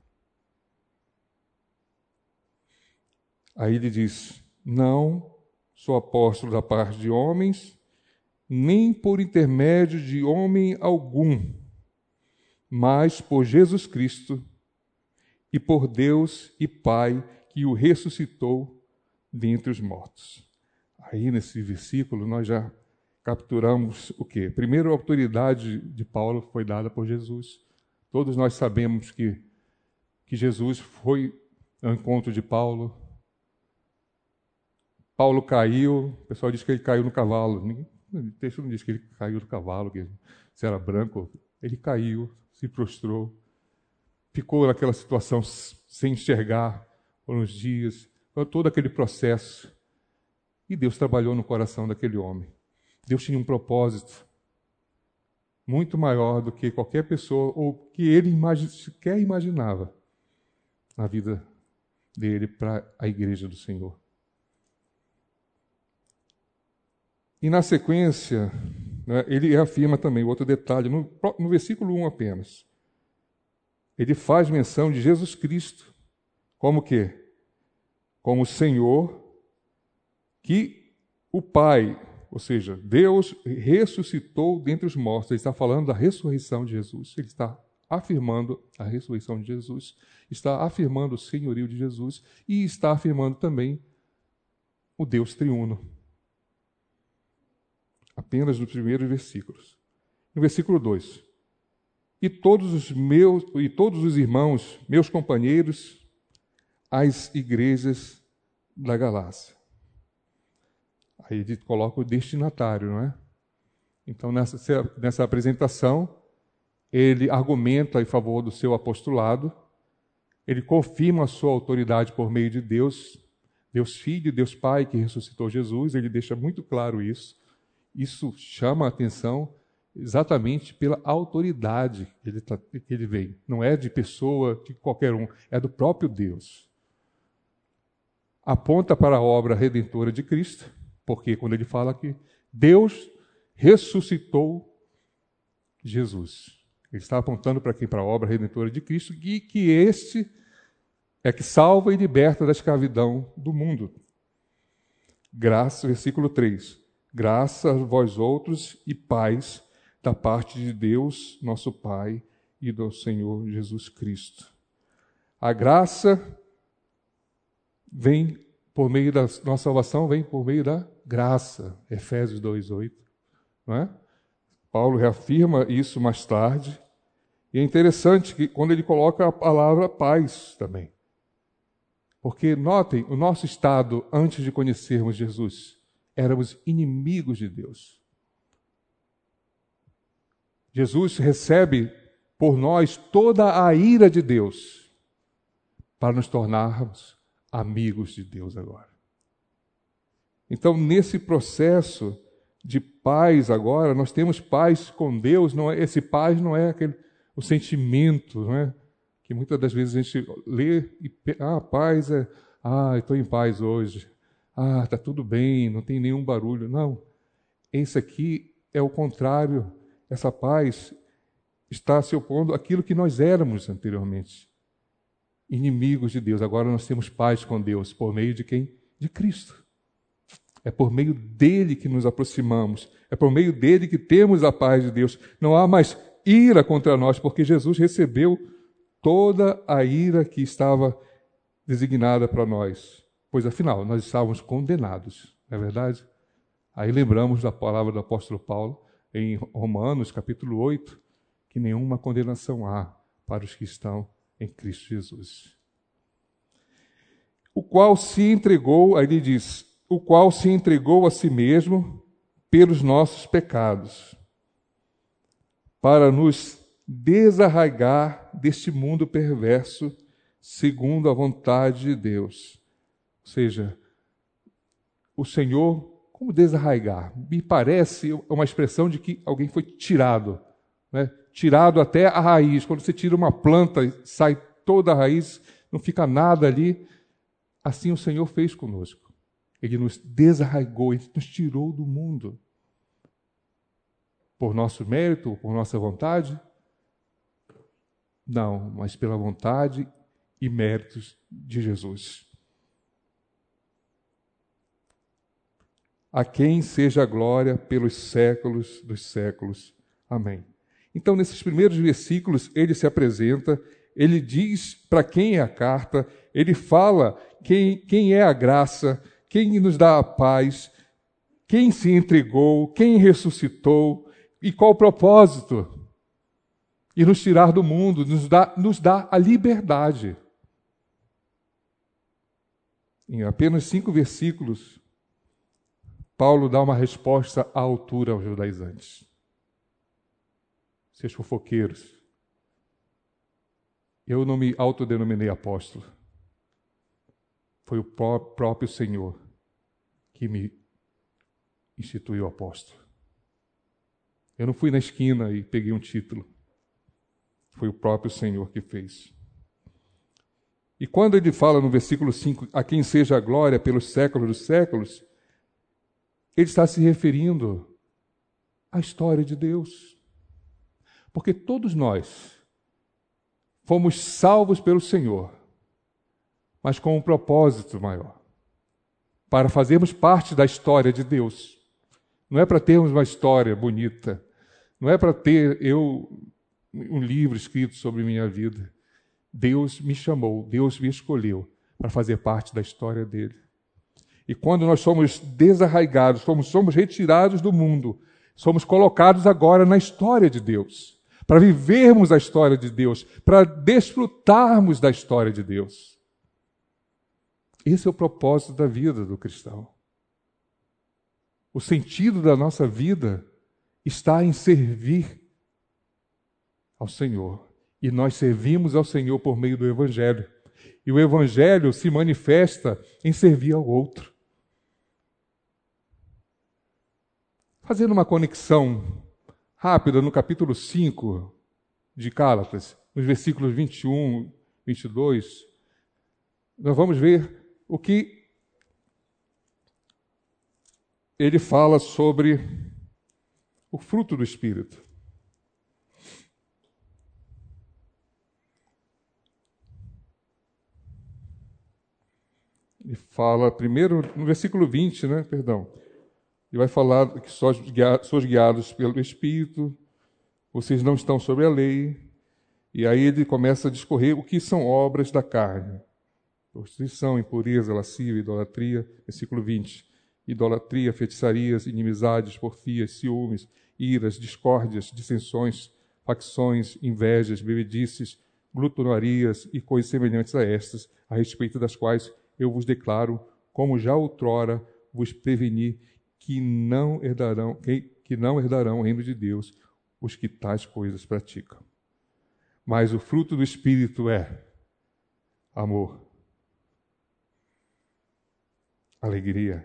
Aí ele diz: não sou apóstolo da parte de homens, nem por intermédio de homem algum, mas por Jesus Cristo e por Deus e Pai que o ressuscitou dentre os mortos. Aí nesse versículo nós já capturamos o quê? Primeiro, a autoridade de Paulo foi dada por Jesus. Todos nós sabemos que, que Jesus foi ao encontro de Paulo. Paulo caiu, o pessoal diz que ele caiu no cavalo. O texto não diz que ele caiu do cavalo, que se era branco. Ele caiu, se prostrou, ficou naquela situação sem enxergar por uns dias, todo aquele processo. E Deus trabalhou no coração daquele homem. Deus tinha um propósito muito maior do que qualquer pessoa, ou que ele sequer imaginava na vida dele para a igreja do Senhor. E na sequência, né, ele afirma também outro detalhe, no, no versículo um apenas. Ele faz menção de Jesus Cristo como quê? Como Senhor, que o Pai, ou seja, Deus ressuscitou dentre os mortos. Ele está falando da ressurreição de Jesus. Ele está afirmando a ressurreição de Jesus, está afirmando o senhorio de Jesus e está afirmando também o Deus triuno. Apenas nos primeiros versículos. No versículo dois. E todos os meus e todos os irmãos, meus companheiros, as igrejas da Galácia. Aí ele coloca o destinatário, não é? Então, nessa, nessa apresentação, ele argumenta em favor do seu apostolado, ele confirma a sua autoridade por meio de Deus, Deus Filho, Deus Pai, que ressuscitou Jesus, ele deixa muito claro isso. Isso chama a atenção exatamente pela autoridade que ele, tá, que ele vem. Não é de pessoa, de qualquer um, é do próprio Deus. Aponta para a obra redentora de Cristo, porque quando ele fala que Deus ressuscitou Jesus. Ele está apontando para quem? Para a obra redentora de Cristo, e que este é que salva e liberta da escravidão do mundo. Graça, versículo três. Graça a vós outros e paz da parte de Deus, nosso Pai, e do Senhor Jesus Cristo. A graça vem por meio da nossa salvação, vem por meio da graça. Efésios dois, oito. Não é? Paulo reafirma isso mais tarde. E é interessante que quando ele coloca a palavra paz também. Porque, notem, o nosso estado antes de conhecermos Jesus, éramos inimigos de Deus. Jesus recebe por nós toda a ira de Deus para nos tornarmos amigos de Deus agora. Então, nesse processo de paz agora, nós temos paz com Deus. Não é, esse paz não é aquele, o sentimento, não é? Que muitas das vezes a gente lê e ah, paz é, ah, estou em paz hoje. Ah, está tudo bem, não tem nenhum barulho. Não, esse aqui é o contrário. Essa paz está se opondo àquilo que nós éramos anteriormente. Inimigos de Deus. Agora nós temos paz com Deus. Por meio de quem? De Cristo. É por meio dele que nos aproximamos. É por meio dele que temos a paz de Deus. Não há mais ira contra nós, porque Jesus recebeu toda a ira que estava designada para nós. Pois, afinal, nós estávamos condenados. Não é verdade? Aí lembramos da palavra do apóstolo Paulo, em Romanos, capítulo oito, que nenhuma condenação há para os que estão em Cristo Jesus. O qual se entregou, aí ele diz, o qual se entregou a si mesmo pelos nossos pecados, para nos desarraigar deste mundo perverso, segundo a vontade de Deus. Ou seja, o Senhor, como desarraigar? Me parece uma expressão de que alguém foi tirado, né? Tirado até a raiz. Quando você tira uma planta e sai toda a raiz, não fica nada ali. Assim o Senhor fez conosco. Ele nos desarraigou, Ele nos tirou do mundo. Por nosso mérito, por nossa vontade? Não, mas pela vontade e méritos de Jesus. A quem seja a glória pelos séculos dos séculos. Amém. Então, nesses primeiros versículos, ele se apresenta, ele diz para quem é a carta, ele fala quem, quem é a graça, quem nos dá a paz, quem se entregou, quem ressuscitou e qual o propósito. E nos tirar do mundo, nos dá, nos dá a liberdade. Em apenas cinco versículos, Paulo dá uma resposta à altura aos judaizantes. Seus fofoqueiros. Eu não me autodenominei apóstolo. Foi o próprio Senhor que me instituiu apóstolo. Eu não fui na esquina e peguei um título. Foi o próprio Senhor que fez. E quando ele fala no versículo cinco, a quem seja a glória pelos séculos dos séculos, ele está se referindo à história de Deus. Porque todos nós fomos salvos pelo Senhor, mas com um propósito maior, para fazermos parte da história de Deus. Não é para termos uma história bonita, não é para ter eu um livro escrito sobre minha vida. Deus me chamou, Deus me escolheu para fazer parte da história dele. E quando nós somos desarraigados, somos, somos retirados do mundo, somos colocados agora na história de Deus, para vivermos a história de Deus, para desfrutarmos da história de Deus. Esse é o propósito da vida do cristão. O sentido da nossa vida está em servir ao Senhor. E nós servimos ao Senhor por meio do Evangelho. E o Evangelho se manifesta em servir ao outro. Fazendo uma conexão rápida no capítulo cinco de Gálatas, nos versículos vinte e um, vinte e dois, nós vamos ver o que ele fala sobre o fruto do Espírito. ele fala primeiro, no versículo vinte, né, perdão, ele vai falar que sois guiados pelo Espírito, vocês não estão sobre a lei, e aí ele começa a discorrer o que são obras da carne. Prostituição, impureza, lascívia, idolatria, versículo vinte. Idolatria, feitiçarias, inimizades, porfias, ciúmes, iras, discórdias, dissensões, facções, invejas, bebedices, glutonarias e coisas semelhantes a estas, a respeito das quais eu vos declaro, como já outrora vos preveni, que não herdarão, que, que não herdarão o reino de Deus os que tais coisas praticam. Mas o fruto do Espírito é amor, alegria,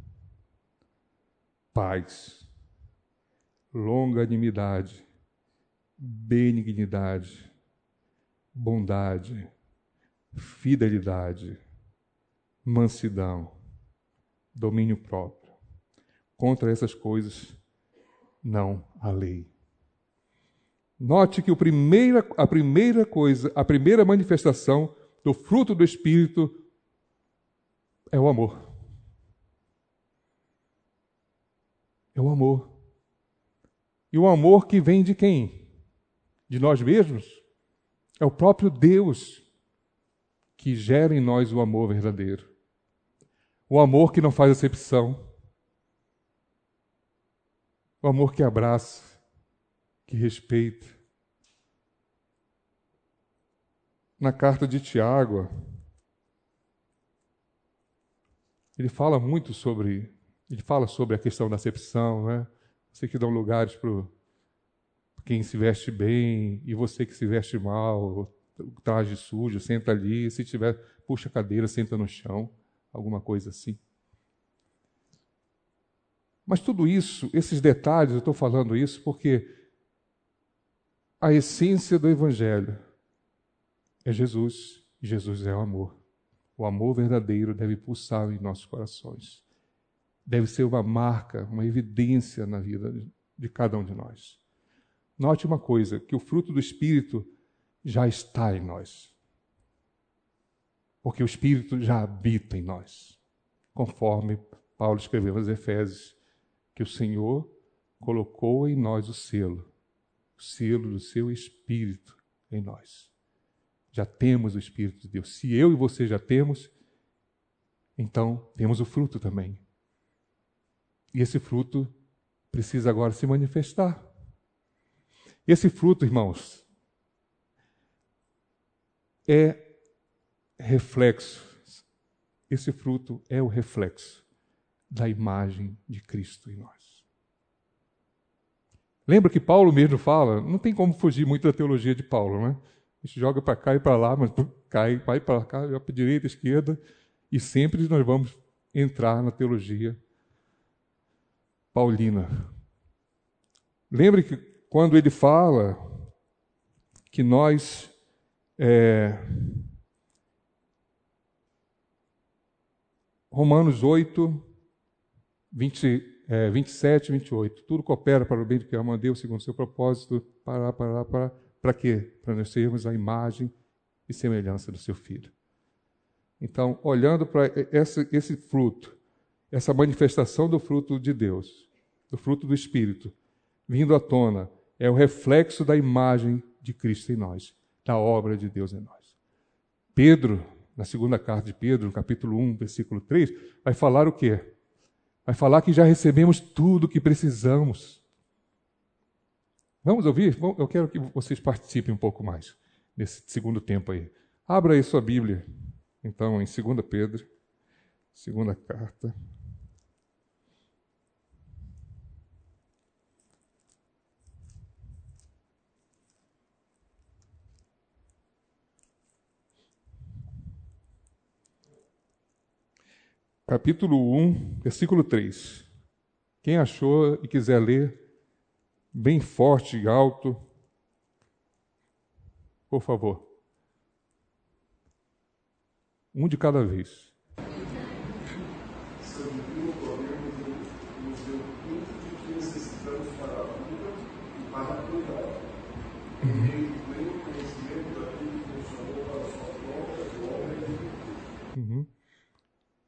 paz, longanimidade, benignidade, bondade, fidelidade, mansidão, domínio próprio. Contra essas coisas não há lei. Note que o primeira, a primeira coisa, a primeira manifestação do fruto do Espírito é o amor. É o amor. E o amor que vem de quem? De nós mesmos? É o próprio Deus que gera em nós o amor verdadeiro. O amor que não faz acepção. O amor que abraça, que respeita. Na carta de Tiago, ele fala muito sobre, ele fala sobre a questão da acepção, né? Você que dá lugares para quem se veste bem e você que se veste mal, traje sujo, senta ali, se tiver, puxa a cadeira, senta no chão, alguma coisa assim. Mas tudo isso, esses detalhes, eu estou falando isso porque a essência do Evangelho é Jesus, e Jesus é o amor. O amor verdadeiro deve pulsar em nossos corações. Deve ser uma marca, uma evidência na vida de cada um de nós. Note uma coisa, que o fruto do Espírito já está em nós. Porque o Espírito já habita em nós. Conforme Paulo escreveu aos Efésios, que o Senhor colocou em nós o selo, o selo do seu Espírito em nós. Já temos o Espírito de Deus. Se eu e você já temos, então temos o fruto também. E esse fruto precisa agora se manifestar. Esse fruto, irmãos, é reflexo. Esse fruto é o reflexo da imagem de Cristo em nós. Lembra que Paulo mesmo fala, não tem como fugir muito da teologia de Paulo, né? A gente joga para cá e para lá, mas cai, vai para cá, vai para a direita, esquerda, e sempre nós vamos entrar na teologia paulina. Lembre que quando ele fala que nós é, Romanos oito, vinte, é, vinte e sete, vinte e oito. Tudo coopera para o bem do que ama a Deus, segundo o seu propósito. Para, para, para, para quê? Para nós sermos a imagem e semelhança do seu Filho. Então, olhando para esse, esse fruto, essa manifestação do fruto de Deus, do fruto do Espírito, vindo à tona, é o reflexo da imagem de Cristo em nós, da obra de Deus em nós. Pedro, na segunda carta de Pedro, no capítulo um, versículo três, vai falar o quê? Vai falar que já recebemos tudo o que precisamos. Vamos ouvir? Eu quero que vocês participem um pouco mais nesse segundo tempo aí. Abra aí sua Bíblia, então, em segunda Pedro, segunda carta. Capítulo um, versículo três. Quem achou e quiser ler, bem forte e alto, por favor. Um de cada vez. Uhum.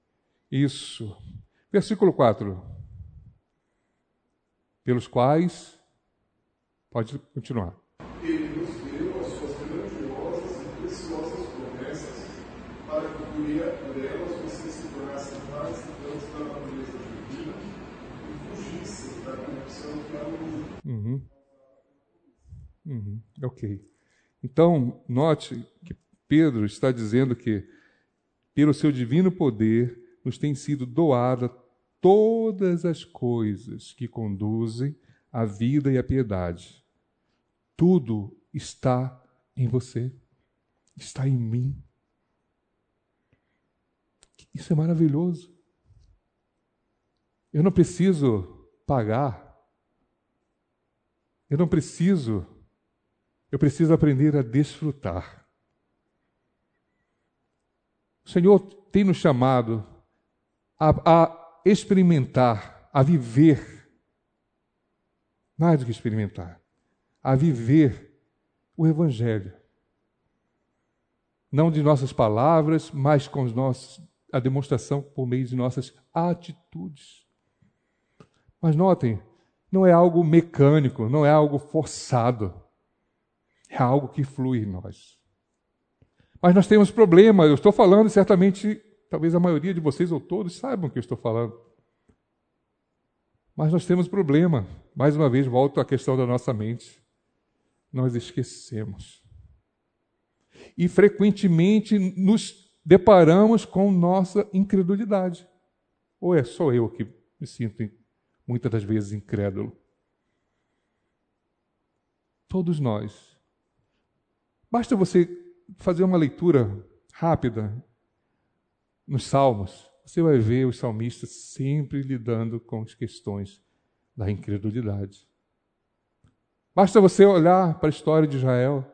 Isso. Versículo quatro. Pelos quais... Pode continuar. Ele nos deu as suas grandiosas e preciosas promessas, para que por elas vocês se tornassem participantes da natureza divina e fugissem da corrupção que há no mundo. Uhum. Uhum. Ok. Então, note que Pedro está dizendo que, pelo seu divino poder, nos tem sido doada todas as coisas que conduzem à vida e à piedade. Tudo está em você, está em mim. Isso é maravilhoso. Eu não preciso pagar. Eu não preciso. Eu preciso aprender a desfrutar. O Senhor tem nos chamado a, a experimentar, a viver, mais do que experimentar, a viver o Evangelho. Não de nossas palavras, mas com os nossos, a demonstração por meio de nossas atitudes. Mas notem, não é algo mecânico, não é algo forçado. É algo que flui em nós. Mas nós temos problema, eu estou falando, certamente, talvez a maioria de vocês ou todos saibam o que eu estou falando. Mas nós temos problema. Mais uma vez, volto à questão da nossa mente. Nós esquecemos. E frequentemente nos deparamos com nossa incredulidade. Ou é só eu que me sinto muitas das vezes incrédulo? Todos nós. Basta você fazer uma leitura rápida nos Salmos. Você vai ver os salmistas sempre lidando com as questões da incredulidade. Basta você olhar para a história de Israel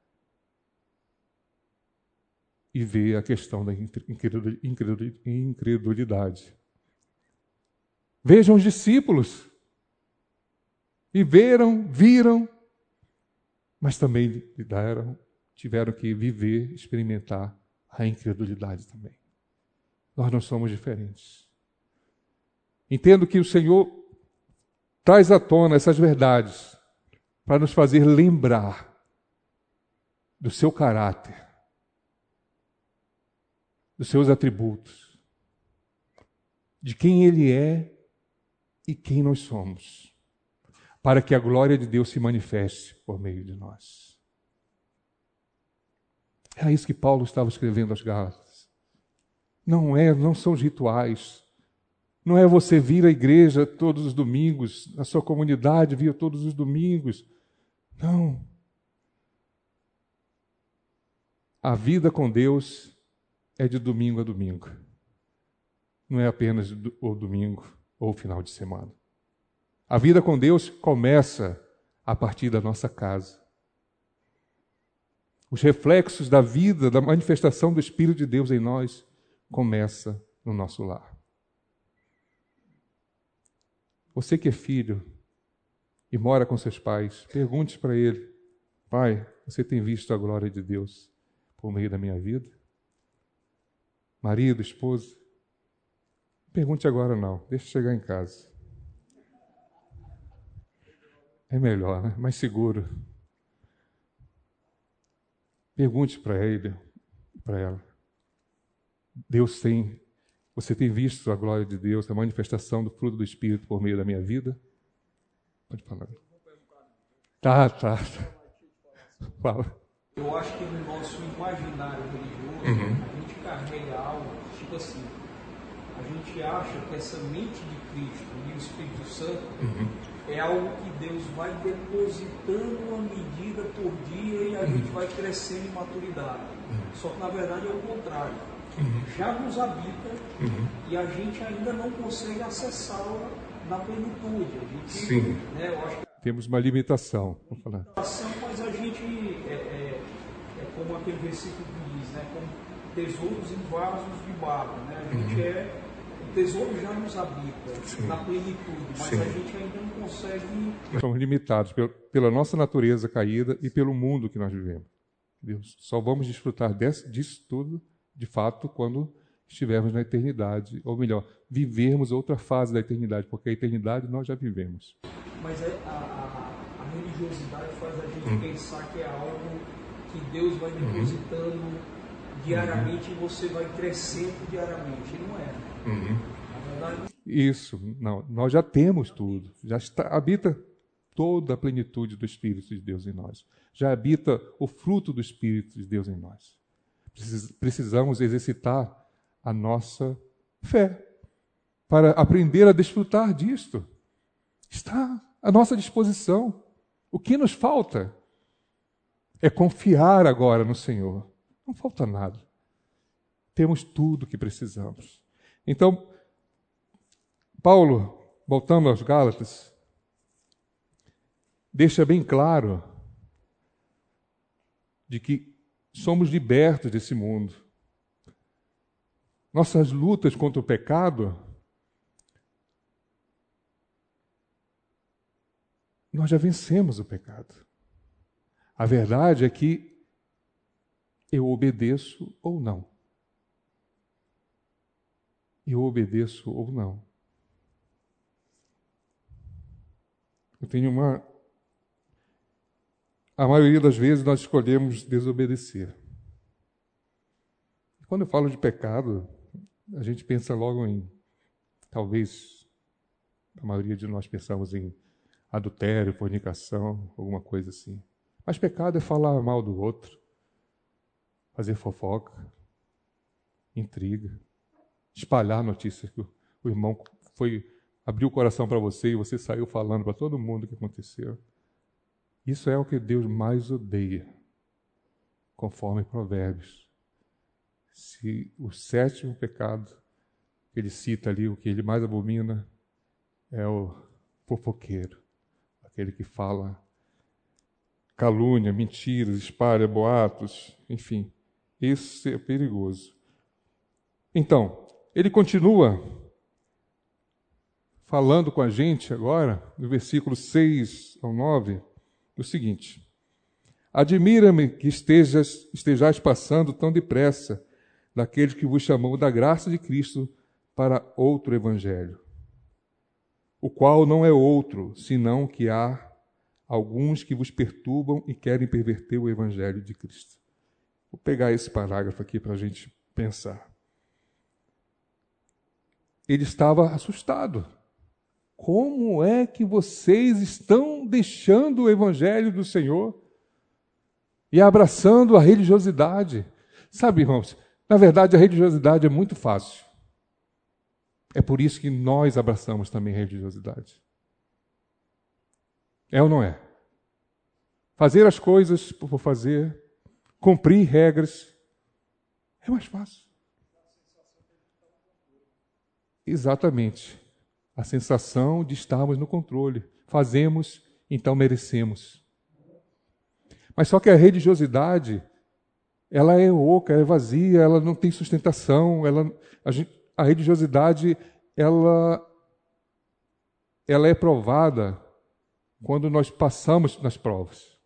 e ver a questão da incredulidade. Vejam os discípulos. Viveram, viram, mas também lidaram, tiveram que viver, experimentar a incredulidade também. Nós não somos diferentes. Entendo que o Senhor traz à tona essas verdades para nos fazer lembrar do seu caráter, dos seus atributos, de quem Ele é e quem nós somos, para que a glória de Deus se manifeste por meio de nós. É isso que Paulo estava escrevendo aos Gálatas. Não é, não são os rituais. Não é você vir à igreja todos os domingos, na sua comunidade vir todos os domingos. Não. A vida com Deus é de domingo a domingo. Não é apenas o domingo ou o final de semana. A vida com Deus começa a partir da nossa casa. Os reflexos da vida, da manifestação do Espírito de Deus em nós, começa no nosso lar. Você que é filho e mora com seus pais, pergunte para ele: pai, você tem visto a glória de Deus por meio da minha vida? Marido, esposa, pergunte agora não, deixa chegar em casa. É melhor, né? Mais seguro. Pergunte para ele, para ela. Deus tem, você tem visto a glória de Deus, a manifestação do fruto do Espírito por meio da minha vida? Pode falar. Tá, tá. Fala. Eu acho que no nosso imaginário religioso, Uhum. a gente carrega algo, tipo assim, a gente acha que essa mente de Cristo e o Espírito Santo Uhum. é algo que Deus vai depositando uma medida por dia e a Uhum. gente vai crescendo em maturidade. Uhum. Só que na verdade é o contrário. Uhum. Já nos habita Uhum. e a gente ainda não consegue acessá-la na plenitude. A gente, Sim. né, eu acho que Temos uma limitação. Vou falar. limitação, mas a gente é, é, é como aquele versículo que diz, né, como tesouros em vasos de barro, né? A gente Uhum. é, o tesouro já nos habita Sim. na plenitude, mas Sim. a gente ainda não consegue. Nós somos limitados pela, pela nossa natureza caída e pelo mundo que nós vivemos. Deus, só vamos desfrutar desse, disso tudo, de fato, quando estivermos na eternidade, ou melhor, vivermos outra fase da eternidade, porque a eternidade nós já vivemos. Mas a, a, a religiosidade faz a gente hum. pensar que é algo que Deus vai depositando uhum. diariamente uhum. e você vai crescendo diariamente. E não é. Uhum. Na verdade... Isso, não, nós já temos tudo, já está, habita toda a plenitude do Espírito de Deus em nós. Já habita o fruto do Espírito de Deus em nós. Precisamos exercitar a nossa fé para aprender a desfrutar disto. Está à nossa disposição. O que nos falta é confiar agora no Senhor. Não falta nada. Temos tudo o que precisamos. Então, Paulo, voltando aos Gálatas, deixa bem claro de que somos libertos desse mundo. Nossas lutas contra o pecado, nós já vencemos o pecado. A verdade é que eu obedeço ou não. Eu obedeço ou não. Eu tenho uma... A maioria das vezes nós escolhemos desobedecer. Quando eu falo de pecado, a gente pensa logo em, talvez, a maioria de nós pensamos em adultério, fornicação, alguma coisa assim. Mas pecado é falar mal do outro, fazer fofoca, intriga, espalhar notícias que o irmão foi, abriu o coração para você e você saiu falando para todo mundo o que aconteceu. Isso é o que Deus mais odeia, conforme Provérbios. Se o sétimo pecado que ele cita ali, o que ele mais abomina, é o fofoqueiro, aquele que fala calúnia, mentiras, espalha boatos, enfim, isso é perigoso. Então, ele continua falando com a gente agora, no versículo seis ao nove, o seguinte: admira-me que estejas, estejais passando tão depressa daquele que vos chamou da graça de Cristo para outro evangelho, o qual não é outro, senão que há alguns que vos perturbam e querem perverter o evangelho de Cristo. Vou pegar esse parágrafo aqui para a gente pensar. Ele estava assustado. Como é que vocês estão deixando o evangelho do Senhor e abraçando a religiosidade? Sabe, irmãos, na verdade a religiosidade é muito fácil. É por isso que nós abraçamos também a religiosidade. É ou não é? Fazer as coisas por fazer, cumprir regras, é mais fácil. Exatamente. A sensação de estarmos no controle. Fazemos, então merecemos. Mas só que a religiosidade, ela é oca, é vazia, ela não tem sustentação. Ela, a, gente, a religiosidade, ela, ela é provada quando nós passamos nas provas.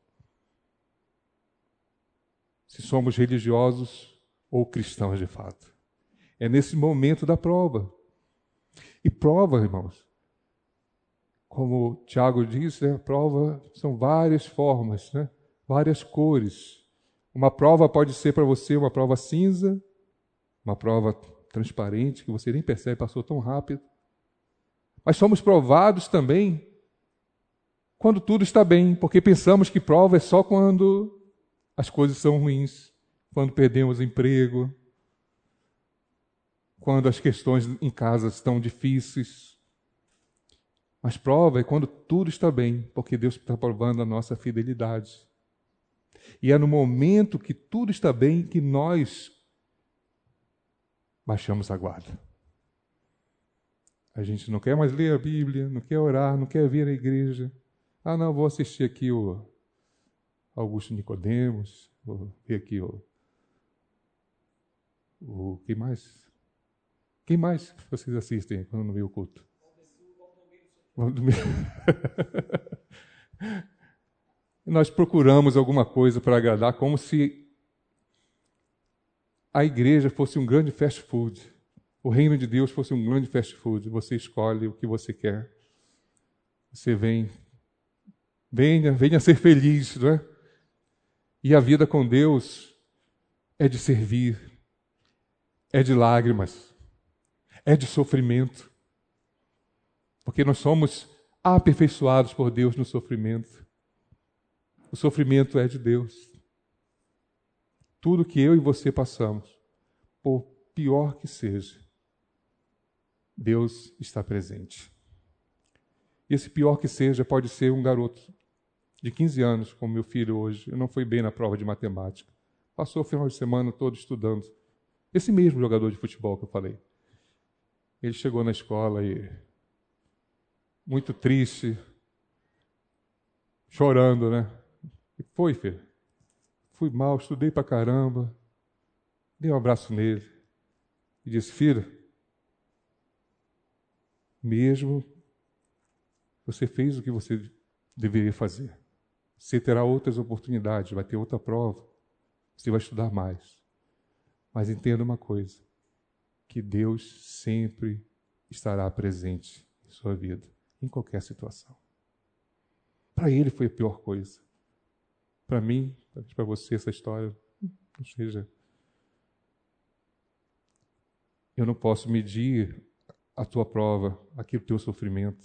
Se somos religiosos ou cristãos de fato. É nesse momento da prova. E prova, irmãos, como o Tiago disse, né, a prova são várias formas, né, várias cores. Uma prova pode ser para você uma prova cinza, uma prova transparente, que você nem percebe, passou tão rápido. Mas somos provados também quando tudo está bem, porque pensamos que prova é só quando as coisas são ruins, quando perdemos emprego, quando as questões em casa estão difíceis. Mas prova é quando tudo está bem, porque Deus está provando a nossa fidelidade. E é no momento que tudo está bem que nós baixamos a guarda. A gente não quer mais ler a Bíblia, não quer orar, não quer vir à igreja. Ah, não, vou assistir aqui o Augusto Nicodemos, vou ver aqui o... o quem mais? Quem mais vocês assistem quando não vê o culto? Nós procuramos alguma coisa para agradar, como se a igreja fosse um grande fast food, o reino de Deus fosse um grande fast food, você escolhe o que você quer. Você vem, venha, venha ser feliz, não é? E a vida com Deus é de servir, é de lágrimas, é de sofrimento. Porque nós somos aperfeiçoados por Deus no sofrimento. O sofrimento é de Deus. Tudo que eu e você passamos, por pior que seja, Deus está presente. E esse pior que seja pode ser um garoto de quinze anos, como meu filho hoje. Eu não fui bem na prova de matemática. Passou o final de semana todo estudando. Esse mesmo jogador de futebol que eu falei. Ele chegou na escola e muito triste, chorando, né? E foi, filho. Fui mal, estudei pra caramba. Dei um abraço nele e disse: filho, mesmo você fez o que você deveria fazer. Você terá outras oportunidades, vai ter outra prova, você vai estudar mais. Mas entenda uma coisa, que Deus sempre estará presente em sua vida, em qualquer situação. Para ele foi a pior coisa. Para mim, para você, essa história, não seja... Eu não posso medir a tua prova, aquilo, o teu sofrimento,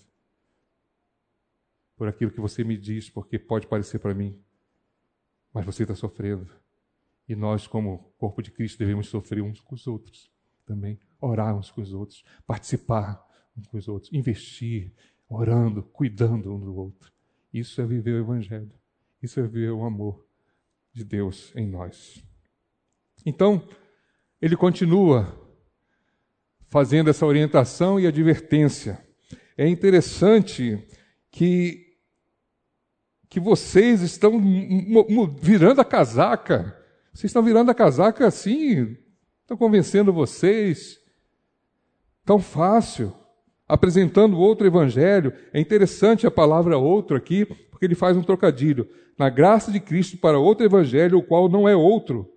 por aquilo que você me diz, porque pode parecer para mim, mas você está sofrendo. E nós, como corpo de Cristo, devemos sofrer uns com os outros também, orar uns com os outros, participar uns com os outros, investir, orando, cuidando um do outro. Isso é viver o Evangelho. Isso é viver o amor de Deus em nós. Então, ele continua fazendo essa orientação e advertência. É interessante que, que vocês estão virando a casaca. Vocês estão virando a casaca assim, estão convencendo vocês. Tão fácil. Apresentando outro evangelho. É interessante a palavra outro aqui, porque ele faz um trocadilho. Na graça de Cristo para outro evangelho, o qual não é outro.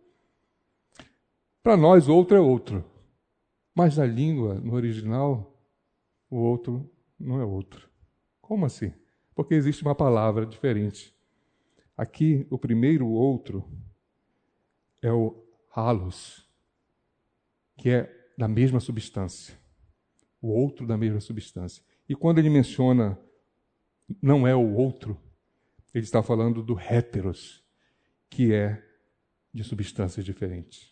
Para nós, outro é outro. Mas na língua, no original, o outro não é outro. Como assim? Porque existe uma palavra diferente. Aqui, o primeiro outro é o halos, que é da mesma substância. O outro da mesma substância. E quando ele menciona não é o outro, ele está falando do héteros, que é de substâncias diferentes.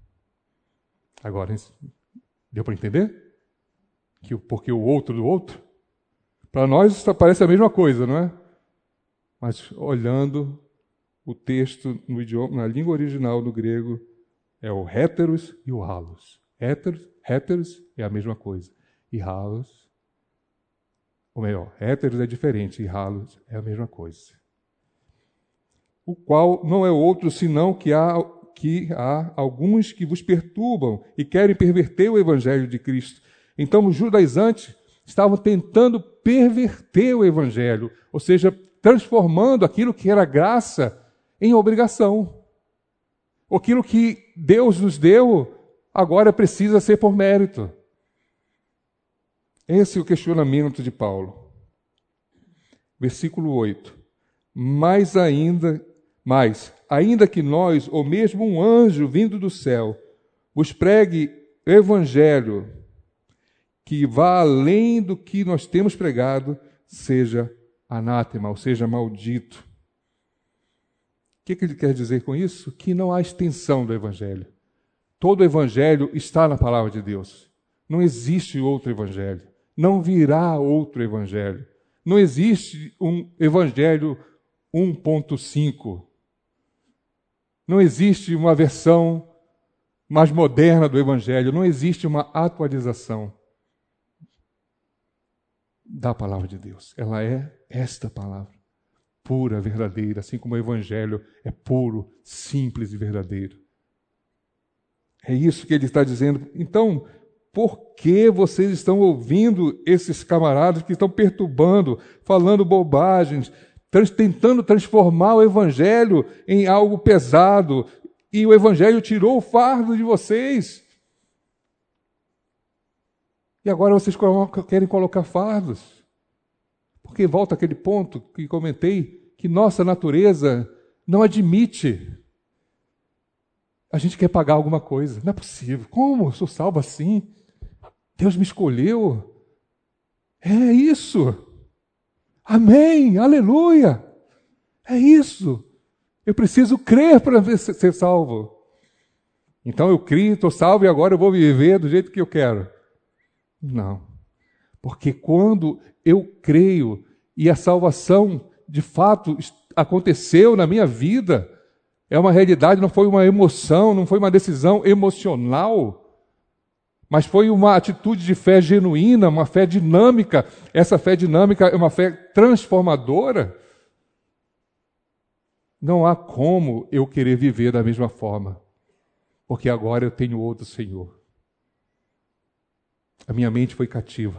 Agora, deu para entender? Que, porque o outro do outro, para nós isso parece a mesma coisa, não é? Mas olhando o texto no idioma, na língua original do grego, é o héteros e o halos. Héteros, héteros é a mesma coisa. E halos, ou melhor, héteros é diferente e halos é a mesma coisa. O qual não é outro senão que há, que há alguns que vos perturbam e querem perverter o evangelho de Cristo. Então os judaizantes estavam tentando perverter o evangelho, ou seja, transformando aquilo que era graça em obrigação. Aquilo que Deus nos deu agora precisa ser por mérito. Esse é o questionamento de Paulo. Versículo oito. Mais ainda, mais, ainda que nós, ou mesmo um anjo vindo do céu, vos pregue evangelho que vá além do que nós temos pregado, seja anátema, ou seja, maldito. O que, que ele quer dizer com isso? Que não há extensão do evangelho. Todo o evangelho está na palavra de Deus. Não existe outro evangelho. Não virá outro evangelho. Não existe um evangelho um ponto cinco. Não existe uma versão mais moderna do evangelho. Não existe uma atualização da palavra de Deus. Ela é esta palavra, pura, verdadeira, assim como o evangelho é puro, simples e verdadeiro. É isso que ele está dizendo. Então, por que vocês estão ouvindo esses camaradas que estão perturbando, falando bobagens, trans, tentando transformar o evangelho em algo pesado, e o Evangelho tirou o fardo de vocês. E agora vocês querem colocar fardos. Porque volta aquele ponto que comentei, que nossa natureza não admite. A gente quer pagar alguma coisa. Não é possível. Como? Eu sou salvo assim? Deus me escolheu. É isso. Amém. Aleluia. É isso. Eu preciso crer para ser salvo. Então eu criei, estou salvo e agora eu vou viver do jeito que eu quero. Não. Porque quando eu creio e a salvação de fato aconteceu na minha vida, é uma realidade, não foi uma emoção, não foi uma decisão emocional, mas foi uma atitude de fé genuína, uma fé dinâmica. Essa fé dinâmica é uma fé transformadora. Não há como eu querer viver da mesma forma, porque agora eu tenho outro Senhor. A minha mente foi cativa.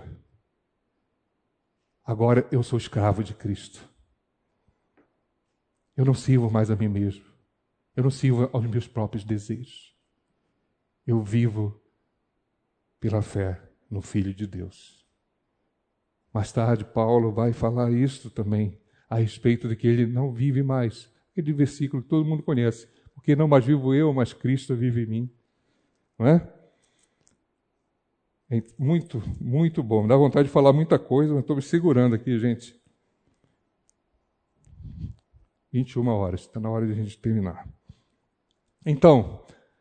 Agora eu sou escravo de Cristo. Eu não sirvo mais a mim mesmo. Eu não sirvo aos meus próprios desejos. Eu vivo pela fé no Filho de Deus. Mais tarde, Paulo vai falar isso também, a respeito de que ele não vive mais. Aquele versículo que todo mundo conhece. Porque não mais vivo eu, mas Cristo vive em mim. Não é? É muito, muito bom. Me dá vontade de falar muita coisa, mas estou me segurando aqui, gente. vinte e uma horas, está na hora de a gente terminar. Então,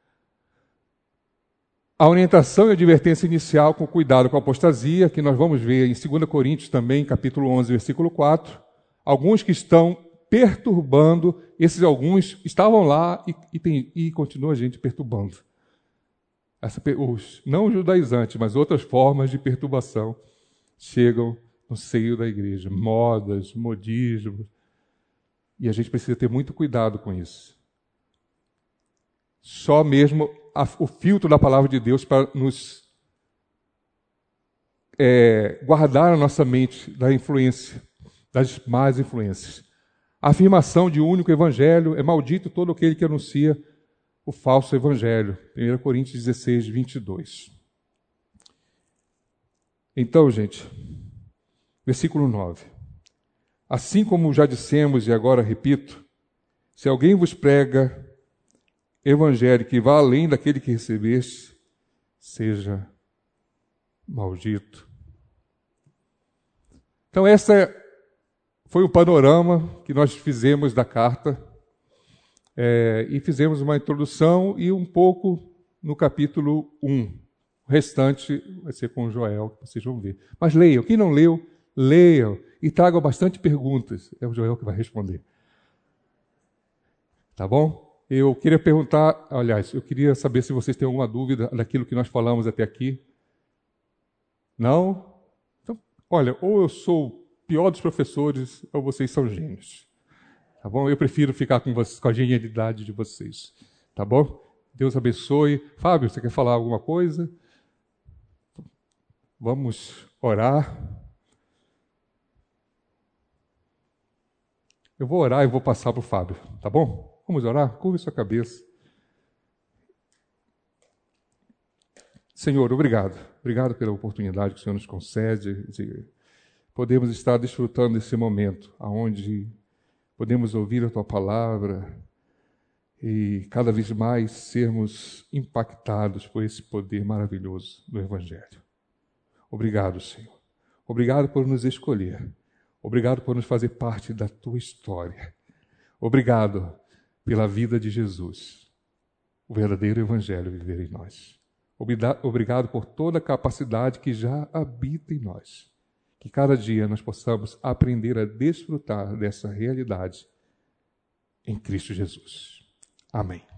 a orientação e a advertência inicial com cuidado com a apostasia, que nós vamos ver em dois Coríntios também, capítulo onze, versículo quatro. Alguns que estão perturbando, esses alguns estavam lá e, e, tem, e continua a gente perturbando. Essa, os, não os judaizantes, mas outras formas de perturbação chegam no seio da igreja. Modas, modismos. E a gente precisa ter muito cuidado com isso. Só mesmo a, o filtro da palavra de Deus para nos é, guardar a nossa mente da influência, das más influências. A afirmação de um único evangelho é maldito todo aquele que anuncia o falso evangelho. primeira Coríntios dezesseis, vinte e dois. Então, gente, versículo nove. Assim como já dissemos e agora repito, se alguém vos prega evangelho que vá além daquele que recebeste, seja maldito. Então, essa foi o panorama que nós fizemos da carta. É, e fizemos uma introdução e um pouco no capítulo um. O restante vai ser com o Joel, que vocês vão ver. Mas leiam. Quem não leu, leiam. E tragam bastante perguntas. É o Joel que vai responder. Tá bom? Eu queria perguntar, aliás, eu queria saber se vocês têm alguma dúvida daquilo que nós falamos até aqui. Não? Então, olha, ou eu sou o pior dos professores, ou vocês são gênios. Tá bom? Eu prefiro ficar com, vocês, com a genialidade de vocês. Tá bom? Deus abençoe. Fábio, você quer falar alguma coisa? Vamos orar. Eu vou orar e vou passar para o Fábio. Tá bom? Vamos orar? Curve sua cabeça. Senhor, obrigado. Obrigado pela oportunidade que o Senhor nos concede de podermos estar desfrutando desse momento, onde podemos ouvir a Tua palavra e cada vez mais sermos impactados por esse poder maravilhoso do Evangelho. Obrigado, Senhor. Obrigado por nos escolher. Obrigado por nos fazer parte da Tua história. Obrigado pela vida de Jesus, o verdadeiro Evangelho viver em nós. Obrigado por toda a capacidade que já habita em nós. Que cada dia nós possamos aprender a desfrutar dessa realidade em Cristo Jesus. Amém.